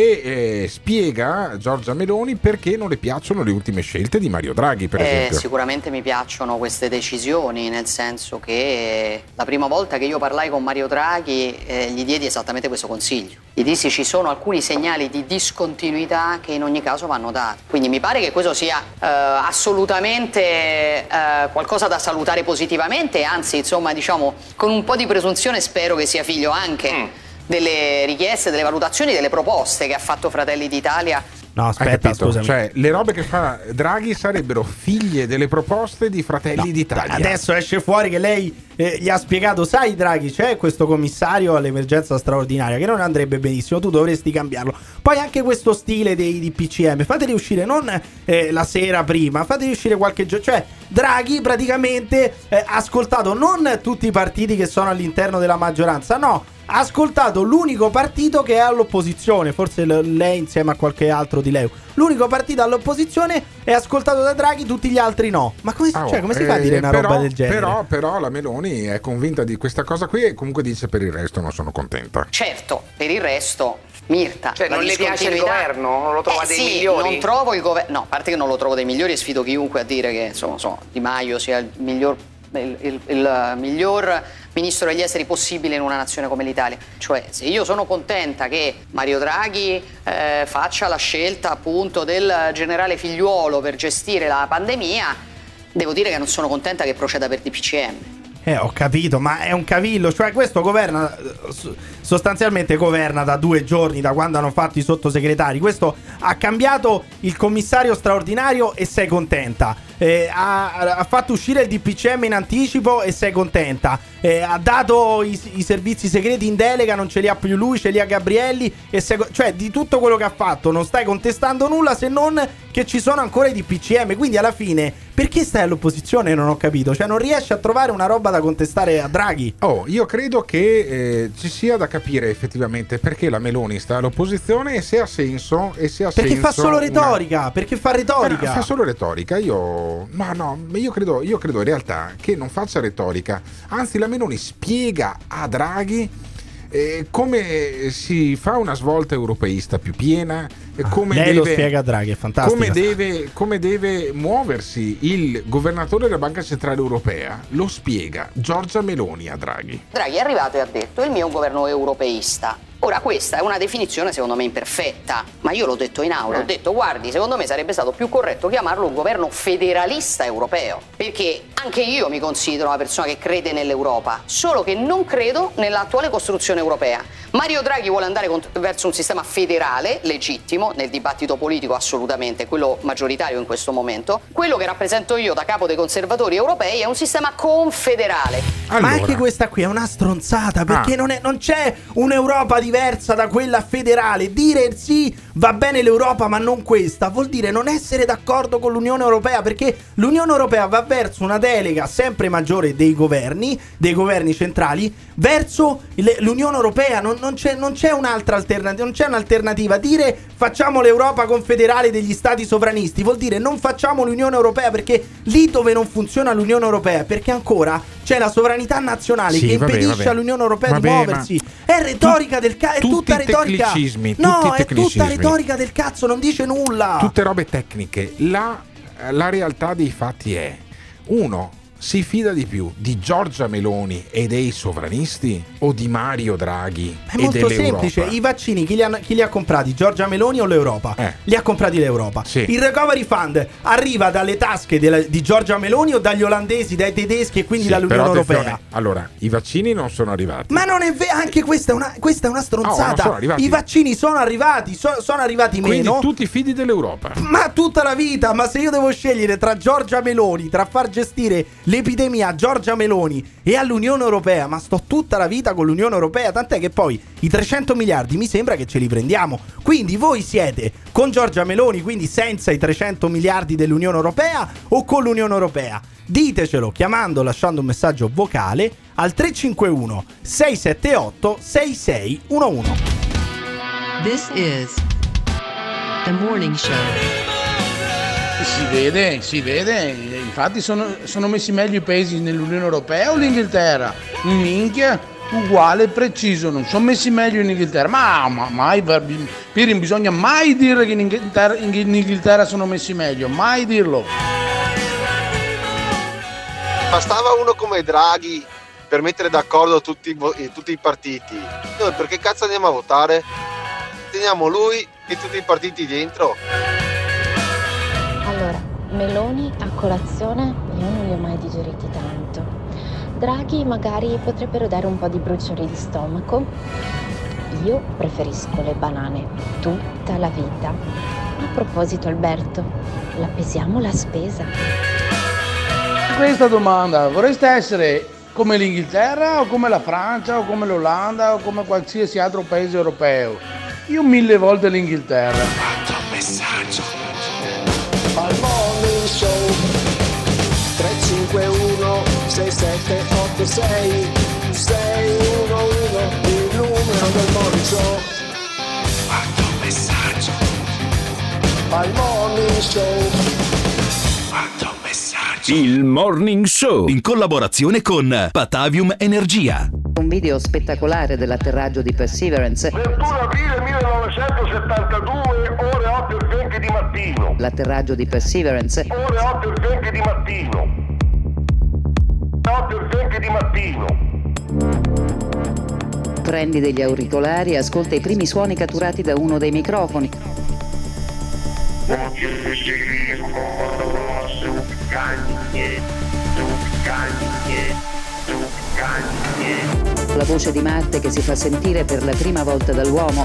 E spiega Giorgia Meloni perché non le piacciono le ultime scelte di Mario Draghi, per esempio. Sicuramente mi piacciono queste decisioni, nel senso che la prima volta che io parlai con Mario Draghi gli diedi esattamente questo consiglio. Gli dissi: ci sono alcuni segnali di discontinuità che in ogni caso vanno dati. Quindi mi pare che questo sia assolutamente qualcosa da salutare positivamente, anzi, insomma, diciamo, con un po' di presunzione spero che sia figlio anche delle richieste, delle valutazioni, delle proposte che ha fatto Fratelli d'Italia. No, aspetta, scusami. Cioè, le robe che fa Draghi sarebbero figlie delle proposte di Fratelli d'Italia. Adesso esce fuori che lei gli ha spiegato: sai Draghi, c'è questo commissario all'emergenza straordinaria che non andrebbe benissimo, tu dovresti cambiarlo. Poi anche questo stile dei DPCM, fateli uscire non la sera prima, fateli uscire qualche giorno. Cioè Draghi praticamente ha ascoltato non tutti i partiti che sono all'interno della maggioranza, no, ha ascoltato l'unico partito che è all'opposizione, forse lei insieme a qualche altro di lei. L'unico partito all'opposizione è ascoltato da Draghi, tutti gli altri no. Ma come, come si fa a dire una roba del genere? Però la Meloni è convinta di questa cosa qui e comunque dice: per il resto non sono contenta. Certo, per il resto Mirta, cioè non le piace il governo? Non lo trova dei migliori? Non trovo il governo. No, a parte che non lo trovo dei migliori, sfido chiunque a dire che insomma Di Maio sia il miglior ministro degli esteri possibile in una nazione come l'Italia. Cioè, se io sono contenta che Mario Draghi faccia la scelta appunto del generale Figliuolo per gestire la pandemia, devo dire che non sono contenta che proceda per DPCM. Ho capito, ma è un cavillo. Cioè questo governa, sostanzialmente governa da 2 giorni, da quando hanno fatto i sottosegretari. Questo ha cambiato il commissario straordinario e sei contenta. Ha fatto uscire il DPCM in anticipo e sei contenta. Ha dato i servizi segreti in delega, non ce li ha più lui, ce li ha Gabrielli. Cioè di tutto quello che ha fatto non stai contestando nulla, se non che ci sono ancora i DPCM. Quindi alla fine perché stai all'opposizione? Non ho capito. Cioè non riesci a trovare una roba da contestare a Draghi? Io credo che ci sia da capire effettivamente perché la Meloni sta all'opposizione e se ha senso. Perché fa solo retorica. Perché fa retorica. Fa solo retorica. Io credo in realtà che non faccia retorica. Anzi, la Meloni spiega a Draghi come si fa una svolta europeista più piena, lei lo spiega a Draghi, è fantastico. Come deve muoversi il governatore della Banca Centrale Europea, lo spiega Giorgia Meloni a Draghi. Draghi è arrivato e ha detto: il mio è un governo europeista. Ora, questa è una definizione secondo me imperfetta, ma io l'ho detto in aula, ho detto: guardi, secondo me sarebbe stato più corretto chiamarlo un governo federalista europeo, perché anche io mi considero una persona che crede nell'Europa, solo che non credo nell'attuale costruzione europea. Mario Draghi vuole andare verso un sistema federale, legittimo, nel dibattito politico assolutamente, quello maggioritario in questo momento. Quello che rappresento io da capo dei conservatori europei è un sistema confederale. Ma anche questa qui è una stronzata, perché non c'è un'Europa diversa da quella federale. Dire sì, va bene l'Europa ma non questa, vuol dire non essere d'accordo con l'Unione Europea, perché l'Unione Europea va verso una delega sempre maggiore dei governi centrali verso l'Unione Europea. Non c'è un'altra alternativa, non c'è un'alternativa. Dire facciamo l'Europa confederale degli stati sovranisti vuol dire non facciamo l'Unione Europea, perché lì dove non funziona l'Unione Europea, perché ancora c'è la sovranità nazionale che impedisce all'Unione Europea di muoversi. È retorica del cazzo, è tutta retorica. No, è tutta retorica del cazzo, non dice nulla. Tutte robe tecniche. La realtà dei fatti è: uno si fida di più di Giorgia Meloni e dei sovranisti o di Mario Draghi e dell'Europa? È molto semplice. I vaccini chi li ha comprati? Giorgia Meloni o l'Europa? Li ha comprati l'Europa. Sì. Il recovery fund arriva dalle tasche di Giorgia Meloni o dagli olandesi, dai tedeschi e quindi dall'Unione Europea? Allora, i vaccini non sono arrivati. Ma non è vero, anche questa è una stronzata. I vaccini sono arrivati, sono arrivati meno. Quindi tu ti fidi dell'Europa? Ma tutta la vita. Ma se io devo scegliere tra Giorgia Meloni, tra far gestire l'epidemia a Giorgia Meloni e all'Unione Europea, ma sto tutta la vita con l'Unione Europea, tant'è che poi i 300 miliardi mi sembra che ce li prendiamo. Quindi voi siete con Giorgia Meloni, quindi senza i 300 miliardi dell'Unione Europea, o con l'Unione Europea? Ditecelo chiamando, lasciando un messaggio vocale al 351 678 6611. This is The Morning Show. Si vede, infatti sono messi meglio i paesi nell'Unione Europea o l'Inghilterra? Minchia, uguale, preciso, non sono messi meglio in Inghilterra, ma mai, Pirin, bisogna mai dire che in Inghilterra sono messi meglio, mai dirlo. Bastava uno come Draghi per mettere d'accordo tutti i partiti. Noi perché cazzo andiamo a votare? Teniamo lui e tutti i partiti dentro. Allora, Meloni a colazione io non li ho mai digeriti tanto. Draghi magari potrebbero dare un po' di bruciori di stomaco. Io preferisco le banane tutta la vita. A proposito, Alberto, la pesiamo la spesa? Questa domanda, vorreste essere come l'Inghilterra o come la Francia o come l'Olanda o come qualsiasi altro paese europeo? Io 1000 volte l'Inghilterra. Quanto messaggio. Al Morning Show 351 6786 611, il numero del Morning Show. Quanto messaggio. Al Morning Show. Quanto messaggio. Il Morning Show in collaborazione con Patavium Energia. Un video spettacolare dell'atterraggio di Perseverance. 21 aprile 1972, ore 8:20 di mattino. L'atterraggio di Perseverance. Ore 8:20 di mattino. 8:20 di mattino. Prendi degli auricolari e ascolta i primi suoni catturati da uno dei microfoni. La voce di Marte che si fa sentire per la prima volta dall'uomo.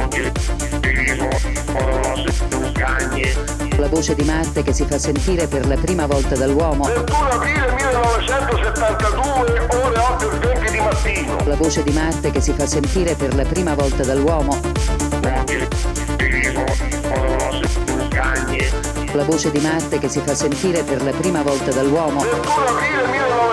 La voce di Marte che si fa sentire per la prima volta dall'uomo. 21 aprile 1972, ore 8:20 di mattino. La voce di Marte che si fa sentire per la prima volta dall'uomo. la voce di Marte che si fa sentire per la prima volta dall'uomo. 21 aprile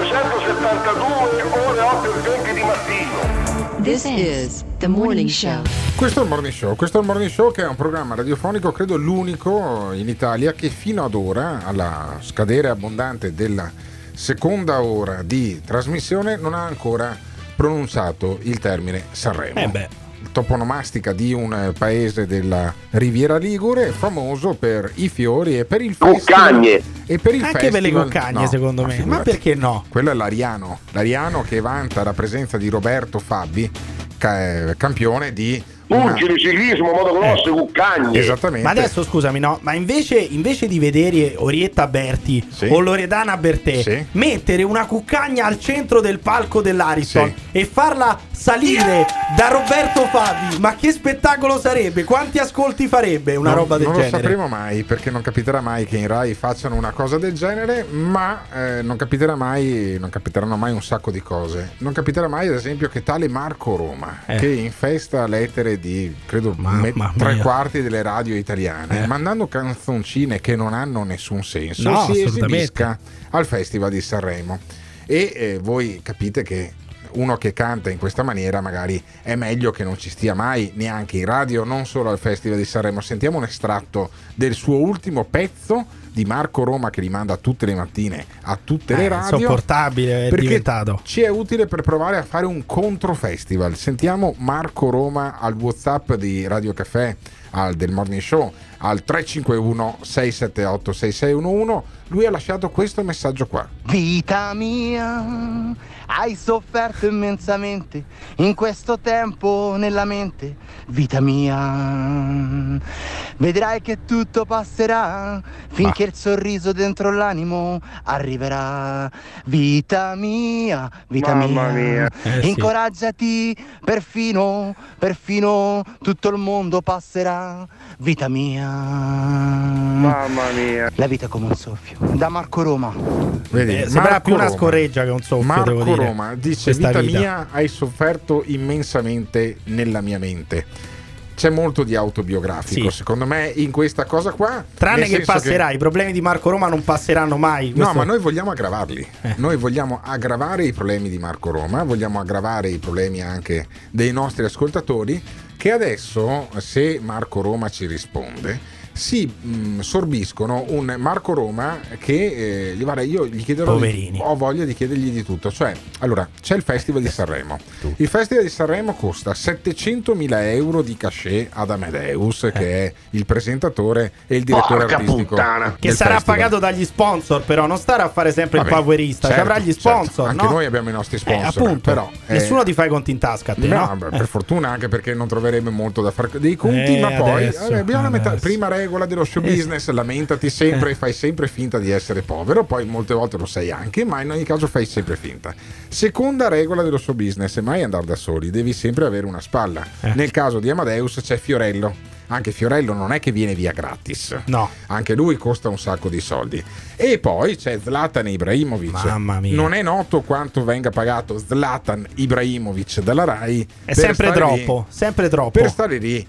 1972, ore 8:20 di mattino. This is The Morning Show. Questo è il Morning Show che è un programma radiofonico, credo l'unico in Italia che fino ad ora, alla scadere abbondante della seconda ora di trasmissione, non ha ancora pronunciato il termine Sanremo. Toponomastica di un paese della Riviera Ligure, famoso per i fiori e per il festival. E per il anche festival, per le cuccagne, secondo me. Ma perché no? Quello è l'Ariano che vanta la presenza di Roberto Fabi, campione di Pugili, ciclismo, motocross, cuccagne. Esattamente. Ma adesso scusami, no? Ma invece di vedere Orietta Berti o Loredana Bertè, mettere una cuccagna al centro del palco dell'Ariston e farla salire da Roberto Fabi, ma che spettacolo sarebbe? Quanti ascolti farebbe una roba del genere? Non lo sapremo mai, perché non capiterà mai che in Rai facciano una cosa del genere, ma non capiteranno mai un sacco di cose. Non capiterà mai, ad esempio, che tale Marco Roma, che infesta l'etere di credo tre quarti delle radio italiane, mandando canzoncine che non hanno nessun senso, si esibisca al Festival di Sanremo. E voi capite che uno che canta in questa maniera magari è meglio che non ci stia mai neanche in radio, non solo al Festival di Sanremo. Sentiamo un estratto del suo ultimo pezzo di Marco Roma, che li manda tutte le mattine a tutte le radio. Insopportabile è diventato. Ci è utile per provare a fare un controfestival. Sentiamo Marco Roma al WhatsApp di Radio Caffè, del Morning Show, al 351 678 6611. Lui ha lasciato questo messaggio qua: vita mia, hai sofferto immensamente in questo tempo nella mente. Vita mia, vedrai che tutto passerà finché il sorriso dentro l'animo arriverà. Vita mia, Mamma mia. Incoraggiati, perfino tutto il mondo passerà. Vita mia, mamma mia. La vita è come un soffio. Da Marco Roma. Vedi, sembra più una scorreggia che un soffio. Marco devo dire. Roma dice: vita mia, hai sofferto immensamente nella mia mente. C'è molto di autobiografico, secondo me, in questa cosa qua. Tranne che passerà, i problemi di Marco Roma non passeranno mai. No, ma noi vogliamo aggravarli. Noi vogliamo aggravare i problemi di Marco Roma, vogliamo aggravare i problemi anche dei nostri ascoltatori, che adesso, se Marco Roma ci risponde, si sorbiscono un Marco Roma che guarda, io gli chiederò, ho voglia di chiedergli di tutto. Cioè, allora, c'è il Festival di Sanremo. Il Festival di Sanremo costa 700.000 euro di cachet ad Amadeus, che è il presentatore e il direttore artistico che sarà festival. Pagato dagli sponsor, però non starà a fare sempre il powerista, certo, avrà gli sponsor, anche no? noi abbiamo i nostri sponsor, appunto, però nessuno ti fa i conti in tasca a te, no? Per fortuna, anche perché non troverebbe molto da fare dei conti, ma poi prima regola dello show business, lamentati sempre, fai sempre finta di essere povero, poi molte volte lo sei anche, ma in ogni caso fai sempre finta. Seconda regola dello show business: mai andare da soli, devi sempre avere una spalla. Nel caso di Amadeus c'è Fiorello. Anche Fiorello non è che viene via gratis, no, anche lui costa un sacco di soldi. E poi c'è Zlatan Ibrahimovic. Mamma mia. Non è noto quanto venga pagato Zlatan Ibrahimovic dalla Rai. È sempre troppo, sempre troppo. Per stare lì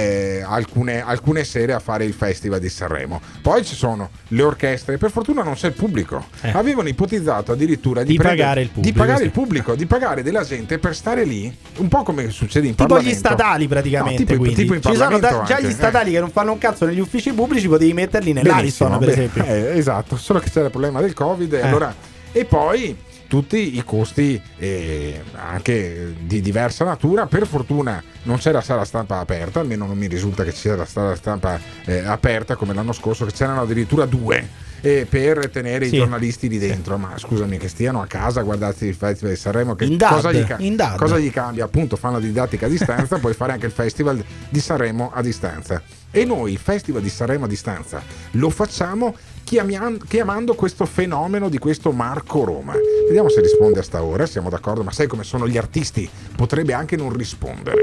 alcune sere a fare il Festival di Sanremo. Poi ci sono le orchestre, per fortuna non c'è il pubblico. Avevano ipotizzato addirittura di pagare il pubblico, di pagare della gente per stare lì, un po' come succede in Parlamento. Tipo gli statali praticamente, no, tipo in Parlamento. Già gli statali che non fanno un cazzo negli uffici pubblici potevi metterli nell'Ariston, per esempio. Esatto, solo che c'era il problema del Covid. Allora, e poi tutti i costi anche di diversa natura. Per fortuna non c'è la sala stampa aperta, almeno non mi risulta che ci sia la sala stampa aperta come l'anno scorso, che c'erano addirittura 2 per tenere i giornalisti lì dentro. Ma scusami, che stiano a casa a guardarsi il Festival di Sanremo, che cosa gli cambia? Appunto, fanno la didattica a distanza, puoi fare anche il Festival di Sanremo a distanza. E noi il Festival di Sanremo a distanza lo facciamo chiamando questo fenomeno di questo Marco Roma. Vediamo se risponde a sta ora, siamo d'accordo, ma sai come sono gli artisti, potrebbe anche non rispondere.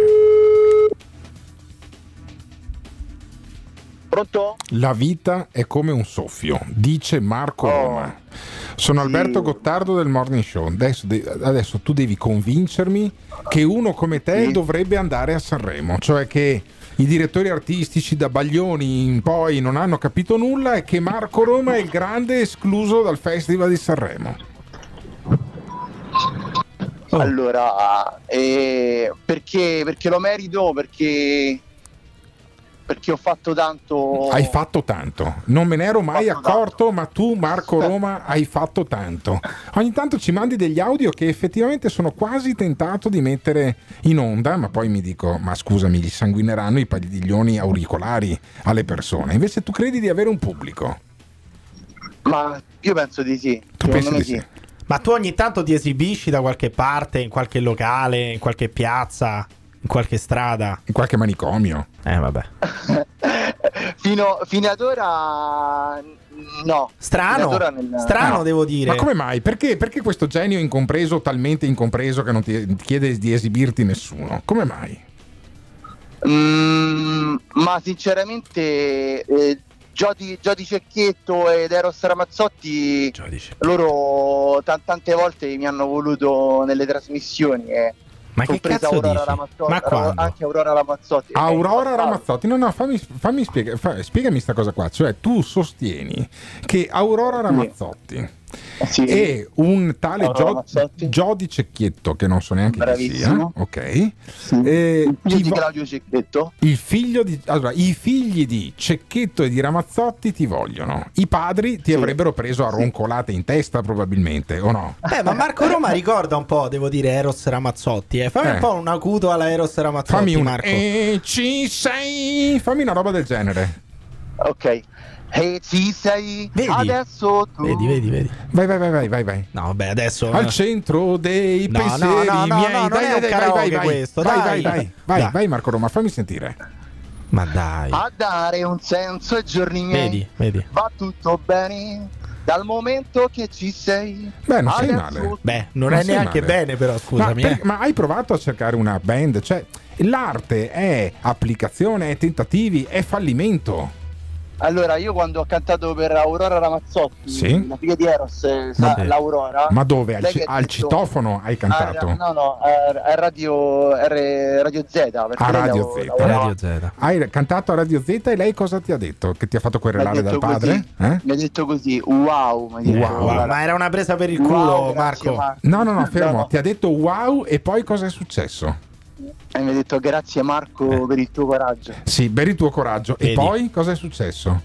Pronto? La vita è come un soffio, dice Marco Roma. Sono Alberto Gottardo del Morning Show. Adesso tu devi convincermi che uno come te dovrebbe andare a Sanremo, cioè che i direttori artistici da Baglioni in poi non hanno capito nulla è che Marco Roma è il grande escluso dal Festival di Sanremo. Allora, perché lo merito, perché ho fatto tanto. Hai fatto tanto, non me ne ero mai accorto, ma tu, Marco Roma, hai fatto tanto. Ogni tanto ci mandi degli audio che effettivamente sono quasi tentato di mettere in onda, ma poi mi dico, ma scusami, gli sanguineranno i padiglioni auricolari alle persone. Invece tu credi di avere un pubblico? Ma io penso di sì. Tu pensi di sì? Ma tu ogni tanto ti esibisci da qualche parte, in qualche locale, in qualche piazza, in qualche strada? In qualche manicomio? Vabbè. Fino ad ora no. Strano devo dire. Ma come mai? Perché questo genio incompreso, talmente incompreso che non ti chiede di esibirti nessuno? Come mai? Ma sinceramente Giodi Cecchetto ed Eros Ramazzotti, loro tante volte mi hanno voluto nelle trasmissioni. Ma che cazzo Aurora dici? Ramazzotti, Ma quando? anche Aurora Ramazzotti. Aurora Ramazzotti, no, spiegami sta cosa qua. Cioè, tu sostieni che Aurora Ramazzotti e un tale Giodi Cecchetto, che non so neanche chi sia, ok? Il figlio di Claudio Cecchetto. I figli di Cecchetto e di Ramazzotti ti vogliono. I padri ti avrebbero preso a roncolate in testa, probabilmente, o no? Ma Marco Roma ricorda un po', devo dire, Eros Ramazzotti. Fammi un po' un acuto alla Eros Ramazzotti, Marco. Ci sei? Fammi una roba del genere. Ok. Ci sei, vedi? Adesso tu. Vedi. Vai. No, vabbè, adesso. Al centro dei pensieri miei. Vai, Marco Roma, fammi sentire. Ma dai. A dare un senso ai giorni miei. Vedi. Va tutto bene dal momento che ci sei. Beh, non sei male. Beh, non è neanche bene, però, scusami. Ma hai provato a cercare una band? Cioè, l'arte è applicazione, è tentativi, è fallimento. Allora, io quando ho cantato per Aurora Ramazzotti, la figlia di Eros, l'Aurora. Ma dove? Al citofono hai cantato? A Radio Z. Radio Z. Hai cantato a Radio Z e lei cosa ti ha detto? Che ti ha fatto querelare dal padre? Mi ha detto così, wow. Ma era una presa per il culo, Marco. No, fermo. Ti ha detto wow e poi cosa è successo? E mi ha detto grazie Marco per il tuo coraggio. Sì, per il tuo coraggio. Vedi. E poi cosa è successo?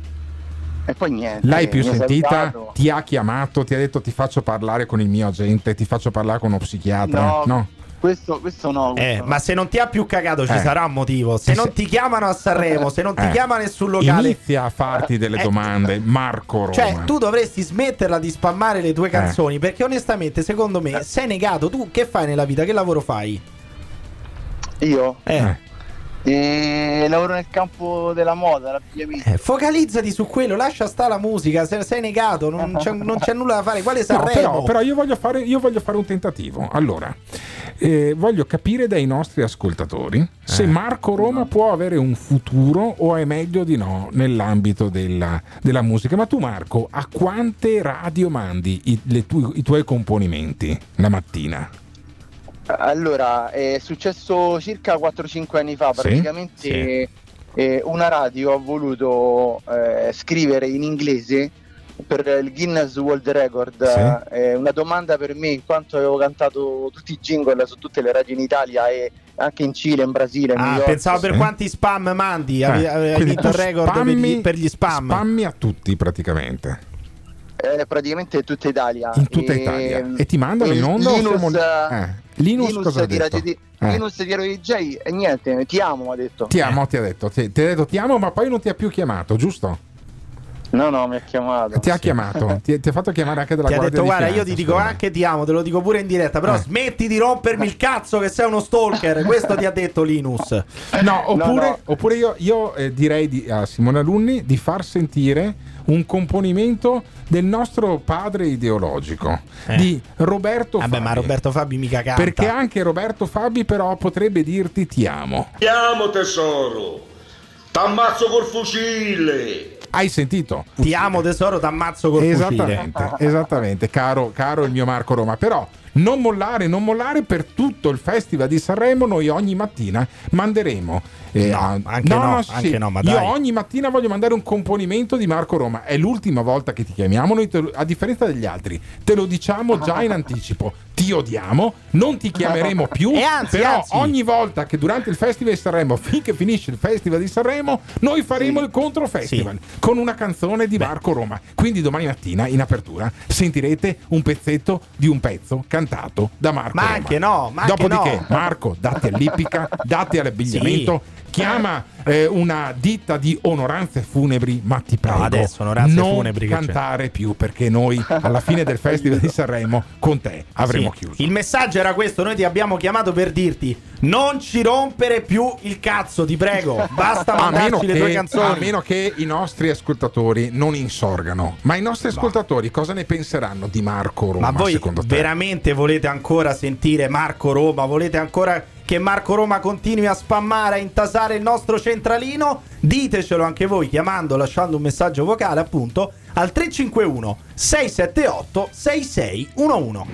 E poi niente. L'hai più sentita? Ti ha chiamato? Ti ha detto ti faccio parlare con il mio agente? Ti faccio parlare con uno psichiatra? No. Questo no. Ma se non ti ha più cagato ci sarà un motivo. Se non ti chiamano a Sanremo, se non ti chiama nessun locale, inizia a farti delle domande, Marco Roma. Cioè, tu dovresti smetterla di spammare le tue canzoni, perché onestamente, secondo me, sei negato. Tu che fai nella vita? Che lavoro fai? Io? Lavoro nel campo della moda, l'abbigliamento. Focalizzati su quello, lascia stare la musica. Se sei negato, non c'è nulla da fare. Quale Sanremo? Però io voglio fare un tentativo. Allora, voglio capire dai nostri ascoltatori se Marco Roma può avere un futuro o è meglio di no nell'ambito della musica. Ma tu, Marco, a quante radio mandi i tuoi componimenti la mattina? Allora, è successo circa 4-5 anni fa, praticamente una radio ha voluto scrivere in inglese per il Guinness World Record una domanda per me, in quanto avevo cantato tutti i jingle su tutte le radio in Italia e anche in Cile, in Brasile, New York. Pensavo per quanti spam mandi, avevi vinto il record per gli spam. Spammi a tutti praticamente. Praticamente tutta Italia. In tutta Italia. E ti mandano in onda? Linus cosa ha detto? Linus di Radio DJ e niente, ti amo, ha detto. Ti amo, ti ha detto ti amo, ma poi non ti ha più chiamato, giusto? No, mi ha chiamato. Ti ha chiamato, ti ha fatto chiamare anche dalla guardia di guarda, finanza, io ti dico anche ti amo, te lo dico pure in diretta, però smetti di rompermi il cazzo che sei uno stalker. Questo ti ha detto Linus. Oppure io direi a Simone Alunni di far sentire un componimento del nostro padre ideologico di Roberto Fabi. Ma Roberto Fabi mica canta. Perché anche Roberto Fabi però potrebbe dirti ti amo. Ti amo tesoro, t'ammazzo col fucile. Hai sentito? Ti amo tesoro, t'ammazzo col fucile. Esattamente, caro il mio Marco Roma. Però non mollare per tutto il Festival di Sanremo. Noi ogni mattina manderemo anche no, ma io dai. ogni mattina voglio mandare un componimento di Marco Roma. È l'ultima volta che ti chiamiamo, noi a differenza degli altri te lo diciamo già in anticipo, ti odiamo, non ti chiameremo più, però ogni volta che durante il Festival di Sanremo, finché finisce il Festival di Sanremo, noi faremo il controfestival con una canzone di Marco Roma. Quindi domani mattina in apertura sentirete un pezzetto di un pezzo cantato da Marco Roma. Anche no, dopodiché Marco, date all'ippica, date all'abbigliamento, chiama una ditta di onoranze funebri, ma ti prego, adesso onoranze non funebri cantare più, perché noi alla fine del Festival di Sanremo con te avremo chiuso. Il messaggio era questo: noi ti abbiamo chiamato per dirti non ci rompere più il cazzo, ti prego, basta mandarci le tue canzoni. A meno che i nostri ascoltatori non insorgano. Ma i nostri ascoltatori cosa ne penseranno di Marco Roma? Ma voi secondo te? veramente volete ancora sentire Marco Roma? Volete ancora che Marco Roma continui a spammare, a intasare il nostro centralino? Ditecelo anche voi chiamando, lasciando un messaggio vocale appunto al 351 678 6611.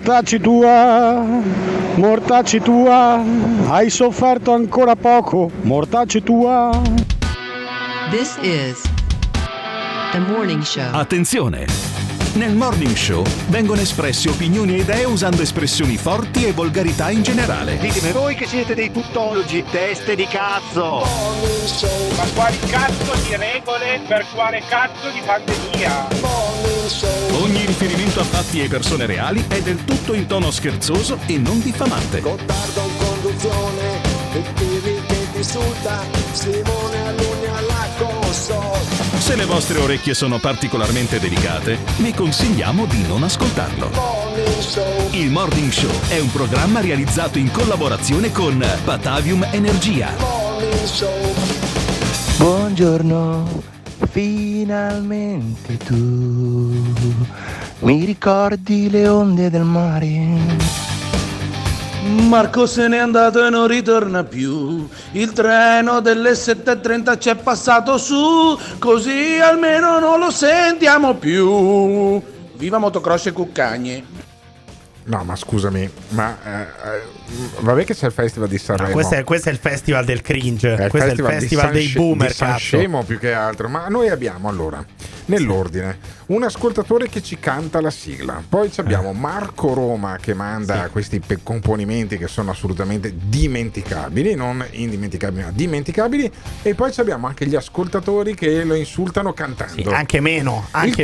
Mortacci tua, hai sofferto ancora poco, mortacci tua. This is The Morning Show. Attenzione! Nel Morning Show vengono espresse opinioni e idee usando espressioni forti e volgarità in generale. Ditemi voi che siete dei tuttologi, teste di cazzo. Ma quali cazzo di regole per quale cazzo di pandemia? Ogni riferimento a fatti e persone reali è del tutto in tono scherzoso e non diffamante. Gottardo in conduzione, il Pirri che ti insulta, Simone Alunni alla console. Se le vostre orecchie sono particolarmente delicate, vi consigliamo di non ascoltarlo. Il Morning Show è un programma realizzato in collaborazione con Batavium Energia. Buongiorno, finalmente tu mi ricordi le onde del mare. Marco se n'è andato e non ritorna più, il treno delle 7:30 c'è passato su, così almeno non lo sentiamo più. Viva motocross e cuccagne. No, ma scusami, ma vabbè che c'è il Festival di Sanremo. Questo è il festival del cringe, questo è il festival dei boomer, di Sanremo più che altro. Ma noi abbiamo allora nell'ordine un ascoltatore che ci canta la sigla, poi abbiamo Marco Roma che manda questi componimenti che sono assolutamente dimenticabili, non indimenticabili ma dimenticabili, e poi abbiamo anche gli ascoltatori che lo insultano cantando. Anche meno.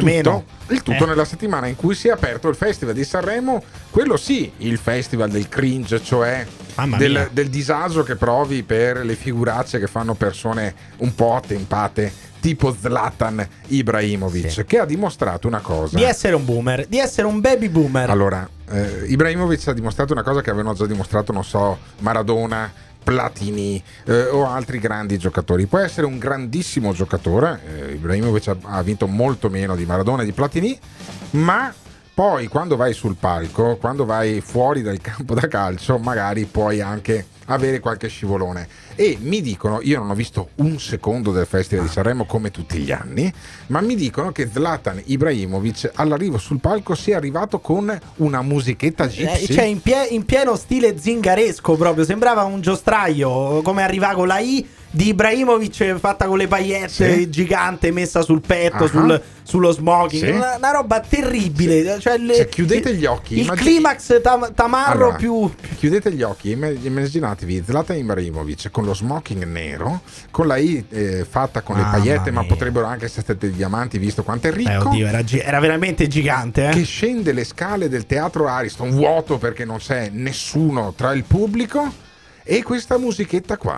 Il tutto nella settimana in cui si è aperto il Festival di Sanremo, quello sì, il festival del cringe, cioè del disagio che provi per le figuracce che fanno persone un po' attempate, tipo Zlatan Ibrahimovic, che ha dimostrato una cosa: di essere un boomer, di essere un baby boomer. Allora, Ibrahimovic ha dimostrato una cosa che avevano già dimostrato, non so, Maradona, Platini o altri grandi giocatori. Può essere un grandissimo giocatore, Ibrahimovic ha vinto molto meno di Maradona e di Platini, ma poi quando vai sul palco, quando vai fuori dal campo da calcio, magari puoi anche avere qualche scivolone. E mi dicono, io non ho visto un secondo del Festival di Sanremo come tutti gli anni, ma mi dicono che Zlatan Ibrahimovic all'arrivo sul palco sia arrivato con una musichetta gypsy, cioè in pieno stile zingaresco proprio, sembrava un giostraio, come arriva con la I di Ibrahimovic fatta con le paillette, gigante messa sul petto, sullo smoking, una roba terribile, cioè chiudete gli occhi, il climax tamarro. Allora, più chiudete gli occhi, immaginatevi Zlatan Ibrahimovic con lo smoking nero, con la I fatta con le paillette, ma potrebbero anche essere state diamanti visto quanto è ricco. Oddio, era veramente gigante, che scende le scale del teatro Ariston vuoto perché non c'è nessuno tra il pubblico, e questa musichetta qua.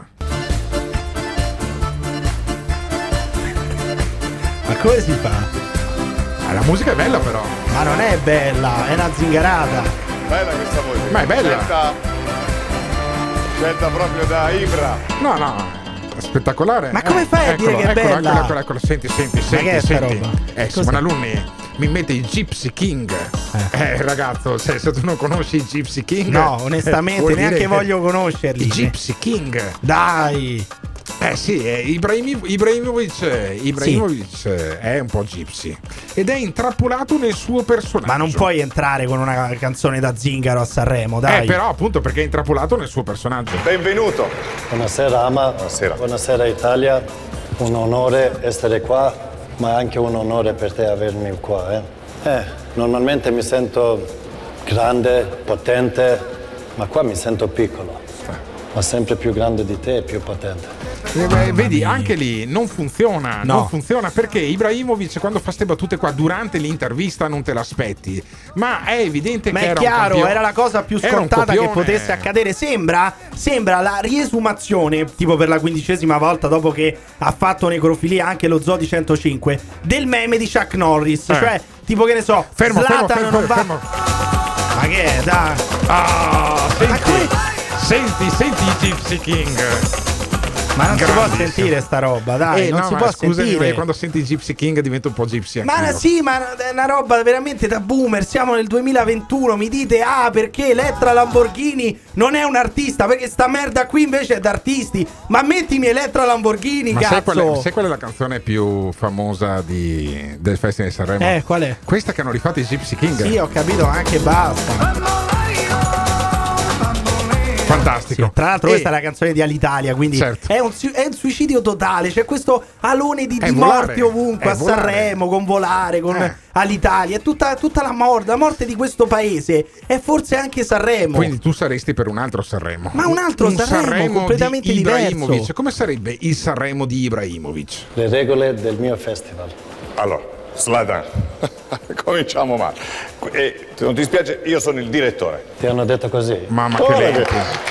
Ma come si fa? La musica è bella però. Ma non è bella, è una zingarata. Bella questa musica. Ma è bella. Scelta proprio da Ibra. No, spettacolare. Ma come fai a dire che è bella? Eccolo, senti. Simone Alunni mi mette i Gypsy King. Ragazzo, se tu non conosci i Gypsy King, no, onestamente neanche voglio conoscerli. I Gypsy King. Dai. Sì, Ibrahimovic è un po' gypsy ed è intrappolato nel suo personaggio. Ma non puoi entrare con una canzone da Zingaro a Sanremo, dai. Però appunto perché è intrappolato nel suo personaggio. Benvenuto. Buonasera Ama. Buonasera Italia. Un onore essere qua, ma è anche un onore per te avermi qua. Normalmente mi sento grande, potente, ma qua mi sento piccolo. Ma sempre più grande di te e più potente. Vedi, anche lì non funziona. No. Non funziona perché Ibrahimovic quando fa queste battute qua durante l'intervista non te l'aspetti. Ma è evidente Ma che è era chiaro, un campione. era la cosa più Era un scontata che copione. potesse accadere. Sembra la riesumazione, tipo per la 15ª volta dopo che ha fatto necrofilia anche lo Zodi 105, del meme di Chuck Norris. Cioè, tipo che ne so, Fermo. Ma che è, dai? Senti i Gypsy King. Ma non si può sentire sta roba, dai, non si può sentire. Quando senti Gypsy King diventa un po' gypsy anche Ma io. sì, ma è una roba veramente da boomer. Siamo nel 2021, mi dite perché Elettra Lamborghini non è un artista, perché sta merda qui invece è d'artisti. Ma mettimi Elettra Lamborghini, Ma cazzo. sai qual è la canzone più famosa del Festival di Sanremo? Qual è? Questa che hanno rifatto i Gypsy King. Sì, ho capito, anche basta. Fantastico. Sì, tra l'altro questa è la canzone di Alitalia, quindi certo. è un suicidio totale. C'è questo alone di volare, morti ovunque, è a volare. Sanremo, con Volare, con Alitalia. È tutta la morte di questo paese. È forse anche Sanremo. Quindi tu saresti per un altro Sanremo. Ma un altro Sanremo completamente di diverso. Ibrahimovic. Come sarebbe il Sanremo di Ibrahimovic? Le regole del mio festival. Allora, Zlatan, cominciamo male. Se non ti spiace, io sono il direttore. Ti hanno detto così? Mamma che lenti.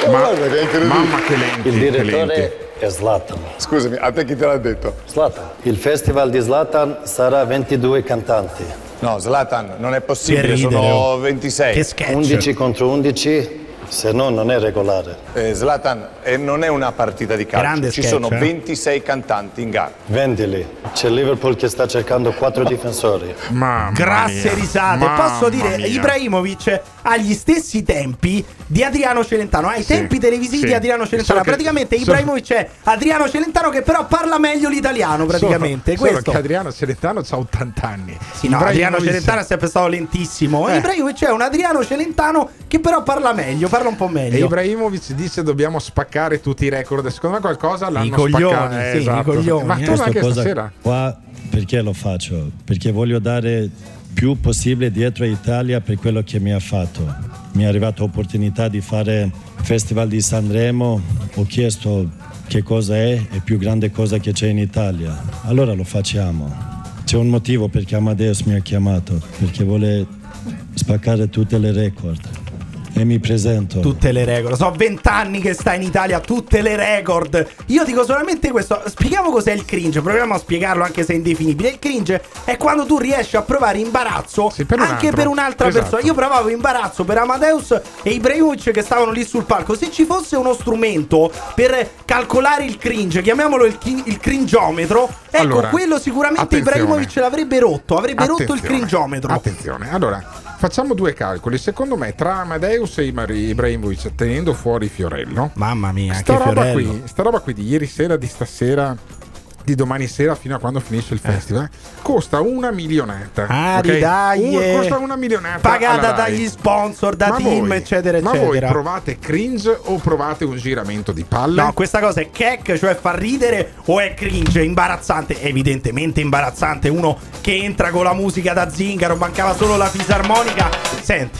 Mamma che lenti. Il direttore è Zlatan. Scusami, a te chi te l'ha detto? Zlatan. Il festival di Zlatan sarà 22 cantanti. No, Zlatan, non è possibile, Che ridere, sono 26. Che sketch. 11 contro 11, se no non è regolare. Zlatan, non è una partita di calcio. Grande Ci sketch, sono 26 cantanti in gara. Vendili. C'è Liverpool che sta cercando 4 difensori. Grazie risate. Posso dire, Ibrahimovic ha gli stessi tempi di Adriano Celentano. Ha i tempi televisivi di Adriano Celentano. Praticamente Ibrahimovic è Adriano Celentano che però parla meglio l'italiano praticamente. Solo Questo. che Adriano Celentano ha 80 anni. Sì, no, Adriano Celentano è sempre stato lentissimo. Ibrahimovic è un Adriano Celentano che però parla meglio, parla un po' E meglio. Ibrahimovic dice dobbiamo spaccare tutti i record. Secondo me qualcosa l'hanno coglioni, spaccato. sì, i coglioni. Ma tu Questa anche cosa stasera? qua perché lo faccio? Perché voglio dare più possibile dietro a Italia per quello che mi ha fatto. Mi è arrivata l'opportunità di fare Festival di Sanremo, ho chiesto che cosa è e più grande cosa che c'è in Italia. Allora lo facciamo. C'è un motivo perché Amadeus mi ha chiamato, perché vuole spaccare tutte le record. E mi presento. Tutte le record. So 20 anni che sta in Italia, tutte le record. Io dico solamente questo. Spieghiamo cos'è il cringe. Proviamo a spiegarlo anche se è indefinibile. Il cringe è quando tu riesci a provare imbarazzo anche per un'altra persona. Io provavo imbarazzo per Amadeus e Ibrahimovic che stavano lì sul palco. Se ci fosse uno strumento per calcolare il cringe, chiamiamolo il cringiometro, ecco, Allora, quello sicuramente attenzione. Ibrahimovic l'avrebbe rotto. Avrebbe rotto il cringiometro. Attenzione, allora facciamo due calcoli. Secondo me tra Amadeus e Ibrahimovic, tenendo fuori Fiorello, mamma mia, sta anche roba Fiorello. sta roba qui di ieri sera, di stasera, di domani sera fino a quando finisce il festival costa una milionata. ok? Costa una milionata pagata alla Rai. dagli sponsor, da Ma team, voi- eccetera Ma eccetera. voi provate cringe o provate un giramento di palle? No, questa cosa è kek, cioè fa ridere, o è cringe, imbarazzante? Evidentemente imbarazzante. Uno che entra con la musica da Zingaro, mancava solo la fisarmonica. Senti,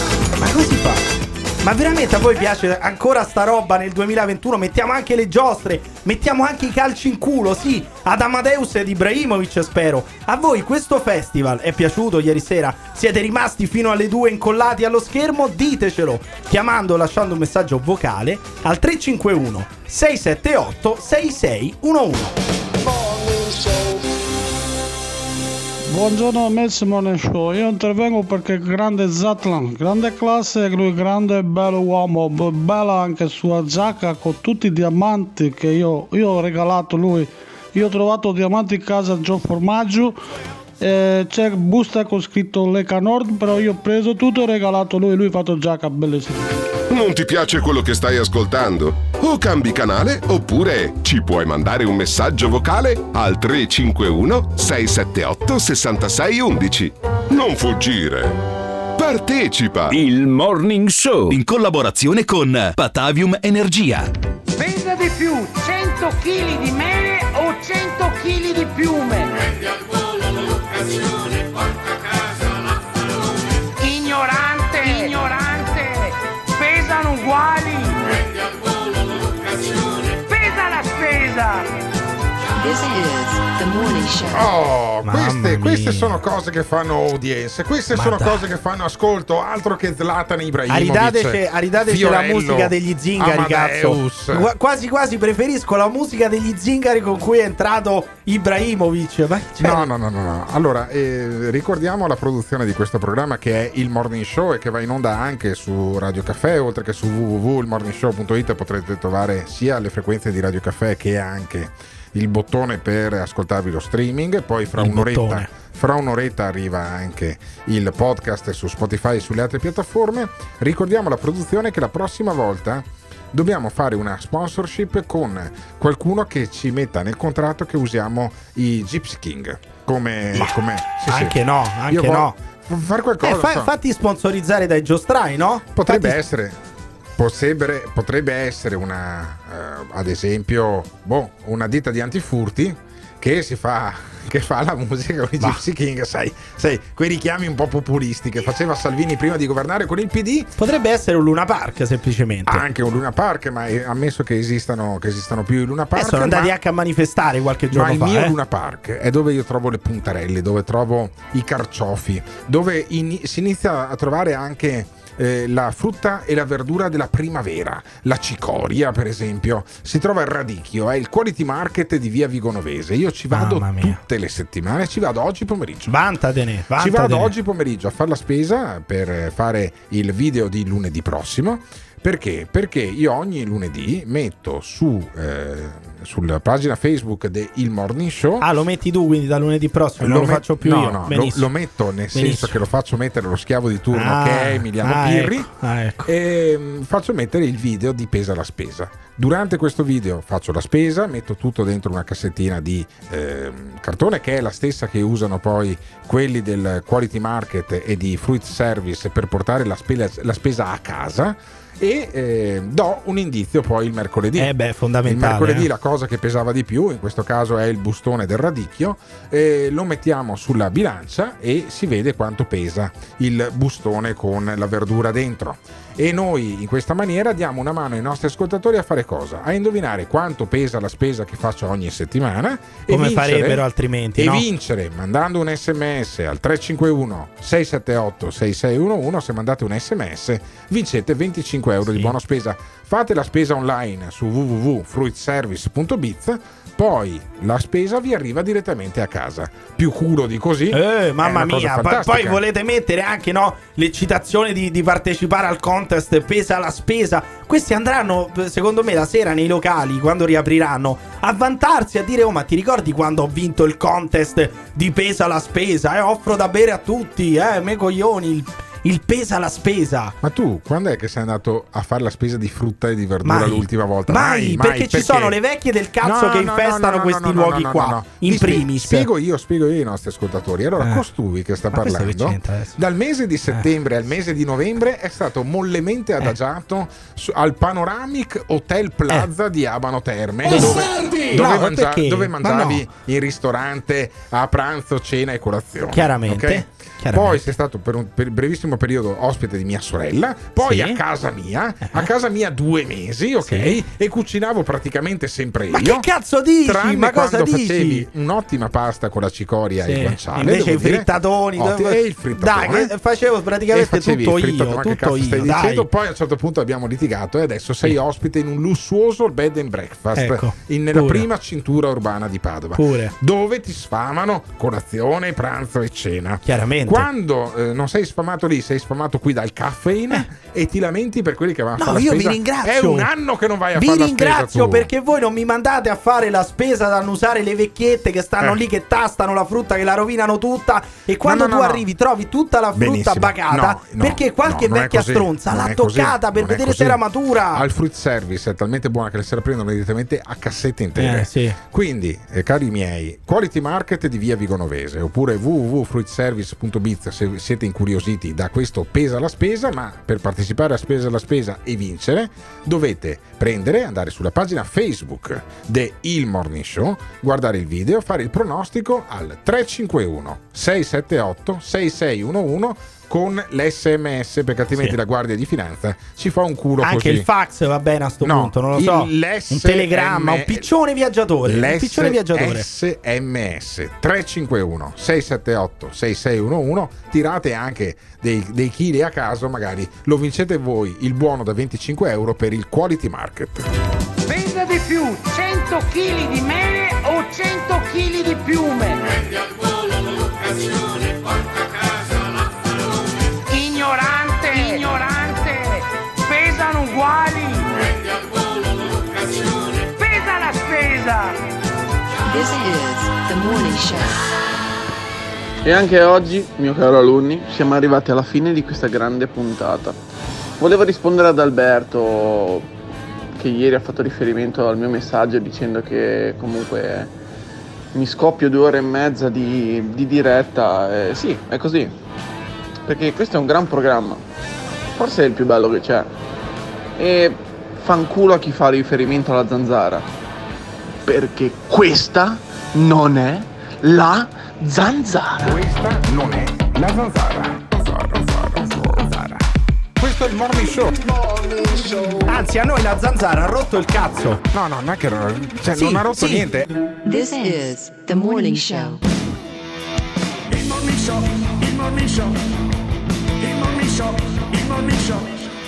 ma come si fa? Ma veramente a voi piace ancora sta roba nel 2021? Mettiamo anche le giostre, mettiamo anche i calci in culo, sì, ad Amadeus ed Ibrahimovic spero. A voi questo festival è piaciuto ieri sera? Siete rimasti fino alle 2 incollati allo schermo? Ditecelo chiamando o lasciando un messaggio vocale al 351 678 6611. Buongiorno Mezzo Morning Show, io intervengo perché grande Zlatan, grande classe, lui grande e bello uomo, bella anche sua giacca con tutti i diamanti che io ho regalato lui. Io ho trovato diamanti in casa Gio Formaggio, c'è busta con scritto Lega Nord, però io ho preso tutto e regalato lui ha fatto giacca bellissima. Non ti piace quello che stai ascoltando? O cambi canale oppure ci puoi mandare un messaggio vocale al 351 678 6611. Non fuggire. Partecipa! Il Morning Show in collaborazione con Patavium Energia. Pesa di più 100 kg di mele o 100 kg di piume? Prendi al volo l'occasione, porta a casa l'affarone. Ignorante, pesano uguali. Prendi al volo l'occasione, pesa la spesa. This is the morning show. Oh, queste sono cose che fanno audience, queste sono cose che fanno ascolto, altro che Zlatan Ibrahimovic. Aridateci la musica degli zingari, Amadeus. cazzo. Quasi preferisco la musica degli zingari con cui è entrato Ibrahimovic. No. Allora, ricordiamo la produzione di questo programma, che è il Morning Show e che va in onda anche su Radio Caffè, oltre che su www.ilmorningshow.it. Potrete trovare sia le frequenze di Radio Caffè che anche il bottone per ascoltarvi lo streaming. Poi fra un'oretta arriva anche il podcast su Spotify e sulle altre piattaforme. Ricordiamo la produzione che la prossima volta dobbiamo fare una sponsorship con qualcuno che ci metta nel contratto che usiamo i Gypsy King Anche no. Fare qualcosa, fatti sponsorizzare dai giostrai, no? Potrebbe essere una ad esempio una ditta di antifurti che fa la musica con i Gypsy King, sai, quei richiami un po' populisti che faceva Salvini prima di governare con il PD. Potrebbe essere un Luna Park, semplicemente. Anche un Luna Park, ma è ammesso che esistano più i Luna Park. Sono andati anche a manifestare qualche giorno fa. Ma il mio Luna Park è dove io trovo le puntarelle, dove trovo i carciofi, dove si inizia a trovare anche la frutta e la verdura della primavera, la cicoria per esempio, si trova il radicchio, è il Quality Market di via Vigonovese. Io ci vado tutte le settimane, ci vado oggi pomeriggio. Vantatene. Ci vado oggi pomeriggio a fare la spesa per fare il video di lunedì prossimo. Perché? Perché io ogni lunedì metto sulla pagina Facebook del Morning Show. Lo metti tu quindi da lunedì prossimo? Non lo faccio più io? No, lo metto nel senso che lo faccio mettere lo schiavo di turno che è Emiliano Pirri. Ecco. E faccio mettere il video di Pesa la Spesa. Durante questo video faccio la spesa, metto tutto dentro una cassettina di cartone, che è la stessa che usano poi quelli del Quality Market e di Fruit Service per portare la spesa a casa. E do un indizio poi il mercoledì. Fondamentale. Il mercoledì la cosa che pesava di più, in questo caso è il bustone del radicchio, lo mettiamo sulla bilancia e si vede quanto pesa il bustone con la verdura dentro. E noi in questa maniera diamo una mano ai nostri ascoltatori a fare cosa? A indovinare quanto pesa la spesa che faccio ogni settimana. Come farebbero altrimenti, e vincere mandando un sms al 351 678 6611. Se mandate un sms vincete 25 euro di buona spesa. Fate la spesa online su www.fruitservice.biz, poi la spesa vi arriva direttamente a casa. Più culo di così. Mamma mia, poi volete mettere anche l'eccitazione di partecipare al contest Pesa la Spesa. Questi andranno, secondo me, la sera nei locali, quando riapriranno, a vantarsi, a dire: ma ti ricordi quando ho vinto il contest di Pesa la Spesa? Offro da bere a tutti, me coglioni, il Pesa la Spesa. Ma tu quando è che sei andato a fare la spesa di frutta e di verdura l'ultima volta? Mai, perché ci sono le vecchie del cazzo che infestano questi luoghi qua. In primis spiego io ai nostri ascoltatori. Allora, costui che sta parlando dal mese di settembre al mese di novembre è stato mollemente adagiato al Panoramic Hotel Plaza di Abano Terme, dove mangiavi in ristorante a pranzo, cena e colazione. Chiaramente. Poi sei stato per un brevissimo periodo ospite di mia sorella, poi a casa mia 2 mesi, e cucinavo praticamente sempre io. Ma che cazzo dici? Ma cosa dici? Facevi un'ottima pasta con la cicoria e il guanciale, invece i frittatoni, e il frittatone. Dai, facevo praticamente tutto io. Poi a un certo punto abbiamo litigato e adesso sei ospite in un lussuoso bed and breakfast nella prima cintura urbana di Padova, dove ti sfamano colazione, pranzo e cena. Chiaramente. Quando non sei sfamato lì, sei sfamato qui dal caffeine e ti lamenti per quelli che vanno a fare la spesa. No, io vi ringrazio. È un anno che non vai a vi fare la spesa. Vi ringrazio tu. perché voi non mi mandate a fare la spesa da usare le vecchiette che stanno lì, che tastano la frutta, che la rovinano tutta. E quando tu arrivi trovi tutta la frutta bacata perché qualche vecchia stronza l'ha toccata per vedere se era matura. Al fruit service è talmente buona che le se la prendono direttamente a cassette intere. Sì. Quindi, cari miei, Quality Market di via Vigonovese oppure www.fruitservice.biz se siete incuriositi da questo Pesa la Spesa. Ma per partecipare a Pesa la Spesa e vincere dovete andare sulla pagina Facebook de Il Morning Show, guardare il video, fare il pronostico al 351 678 6611 con l'SMS, perché altrimenti la Guardia di Finanza ci fa un culo anche così. Il fax va bene a sto punto, non lo so. Un telegramma, un piccione viaggiatore. SMS 351 678 6611. Tirate anche dei chili a caso, magari lo vincete voi il buono da 25 euro per il Quality Market. Pesa di più 100 kg di mele o 100 kg di piume? Prendi al volo l'occasione, porta a casa l'affarone. Ignorante, pesano uguali. Prendi al volo l'occasione. Pesa la spesa. This is the morning show. E anche oggi, mio caro alunni, siamo arrivati alla fine di questa grande puntata. Volevo rispondere ad Alberto, che ieri ha fatto riferimento al mio messaggio dicendo che comunque mi scoppio 2 ore e mezza di diretta. Sì, è così, perché questo è un gran programma, forse è il più bello che c'è. E fanculo a chi fa riferimento alla zanzara, perché questa non è la zanzara. Questa non è la zanzara. Questo è il Morning Show. Anzi, a noi la zanzara ha rotto il cazzo. No, non è che non ha rotto niente. This is the morning show. Il Morning Show, il Morning Show, il Morning Show, il Morning Show.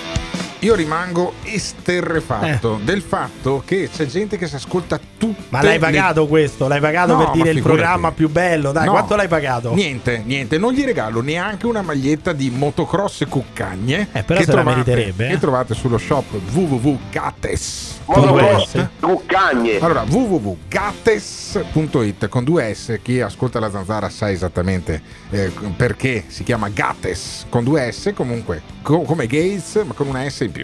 Io rimango esterrefatto del fatto che c'è gente che si ascolta tutte. Ma l'hai pagato questo? L'hai pagato per dire il programma più bello? Dai, no, quanto l'hai pagato? Niente, non gli regalo neanche una maglietta di motocross e cuccagne. Però che se la meriterebbe. Che trovate sullo shop www.gattes. Motocross, cuccagne. Allora, www.gattes.it con 2 S. Chi ascolta la zanzara sa esattamente perché si chiama Gattes con 2 S, comunque come Gates ma con una S in più.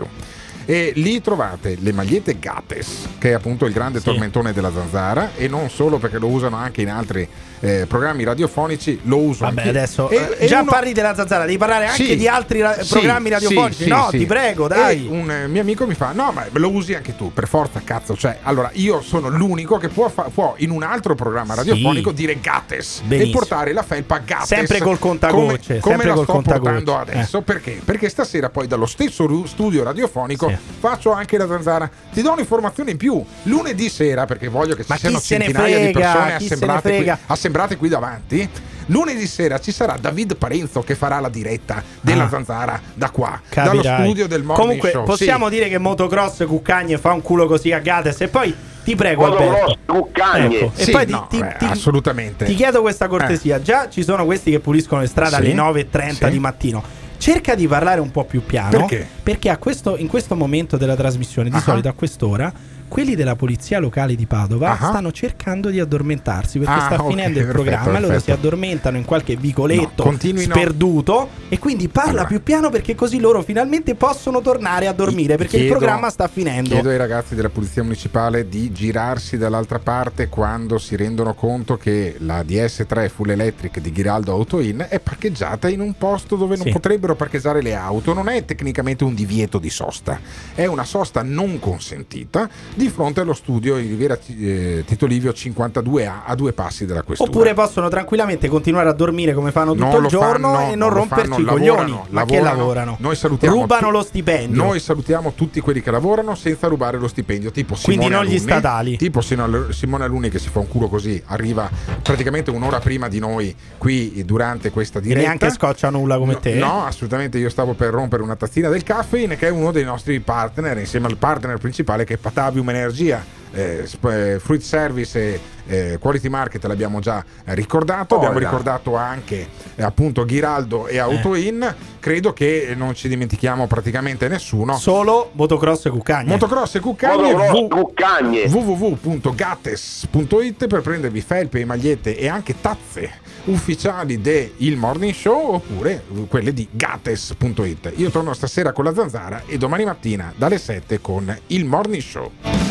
E lì trovate le magliette Gattes, che è appunto il grande tormentone della zanzara, e non solo, perché lo usano anche in altri programmi radiofonici, lo uso Vabbè, anche. adesso già parli della zanzara, devi parlare anche di altri programmi radiofonici. Ti prego, dai. E un mio amico mi fa: no, ma lo usi anche tu, per forza, cazzo. Cioè, allora, io sono l'unico che può in un altro programma radiofonico dire Gattes e portare la felpa Gattes, sempre col contagocce, come sempre la col sto portando adesso. Perché stasera poi dallo stesso studio radiofonico faccio anche la zanzara. Ti do un'informazione in più: lunedì sera, perché voglio che ci siano centinaia di persone assembrate qui davanti. Lunedì sera ci sarà David Parenzo che farà la diretta della zanzara da qua, dallo studio del Morning Show. Comunque possiamo dire che motocross cuccagne fa un culo così a Gates. E poi ti prego, Alberto, cuccagne. E poi assolutamente ti chiedo questa cortesia. Già ci sono questi che puliscono le strade alle 9:30 di mattino. Cerca di parlare un po' più piano. Perché in questo momento della trasmissione, di solito a quest'ora, quelli della polizia locale di Padova stanno cercando di addormentarsi, perché sta finendo il programma e loro si addormentano in qualche vicoletto sperduto, e quindi parla più piano, perché così loro finalmente possono tornare a dormire, perché il programma sta finendo. Chiedo ai ragazzi della polizia municipale di girarsi dall'altra parte quando si rendono conto che la DS3 Full Electric di Ghiraldo Auto In è parcheggiata in un posto dove non potrebbero parcheggiare le auto. Non è tecnicamente un divieto di sosta, è una sosta non consentita di fronte allo studio in Riviera Tito Livio 52A, a 2 passi dalla questura. Oppure possono tranquillamente continuare a dormire come fanno tutto il giorno e non romperci i coglioni. Ma che lavorano? Noi salutiamo rubano lo stipendio. Noi salutiamo tutti quelli che lavorano senza rubare lo stipendio, tipo Simone Quindi non Alunni, gli statali. tipo Simone Alunni, che si fa un culo così, arriva praticamente un'ora prima di noi qui durante questa diretta. E neanche scoccia nulla come te. No, assolutamente. Io stavo per rompere una tazzina del caffeine, che è uno dei nostri partner, insieme al partner principale che è Patavium Energia. Fruit Service e Quality Market l'abbiamo già ricordato, abbiamo ricordato anche appunto Ghiraldo e AutoIn. Credo che non ci dimentichiamo praticamente nessuno. Solo Motocross e Cuccagne. www.gattes.it per prendervi felpe, magliette e anche tazze ufficiali del Morning Show, oppure quelle di gattes.it. Io torno stasera con la Zanzara e domani mattina dalle 7 con il Morning Show.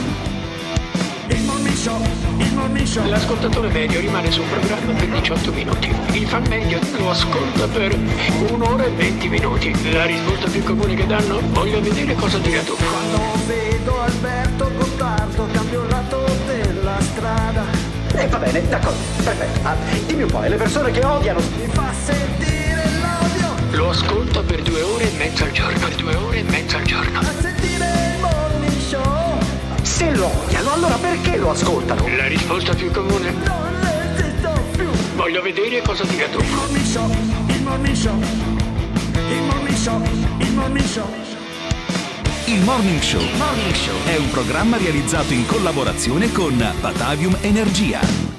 Il Morning Show. L'ascoltatore medio rimane sul programma per 18 minuti. Il fan medio lo ascolta per 1 ora e 20 minuti. La risposta più comune che danno: voglio vedere cosa dirà tu. Quando vedo Alberto Gottardo cambio il lato della strada. Va bene, d'accordo, perfetto. Dimmi un po', le persone che odiano. Mi fa sentire l'odio. Lo ascolta per 2 ore e mezza al giorno. 2 ore e mezza al giorno. A sentire il Morning Show. Se lo odiano, allora perché lo ascoltano? La risposta più comune: non resisto più. Voglio vedere cosa dirà tu. Il Morning Show, il Morning Show, il Morning Show, il Morning Show. Il Morning Show è un programma realizzato in collaborazione con Batavium Energia.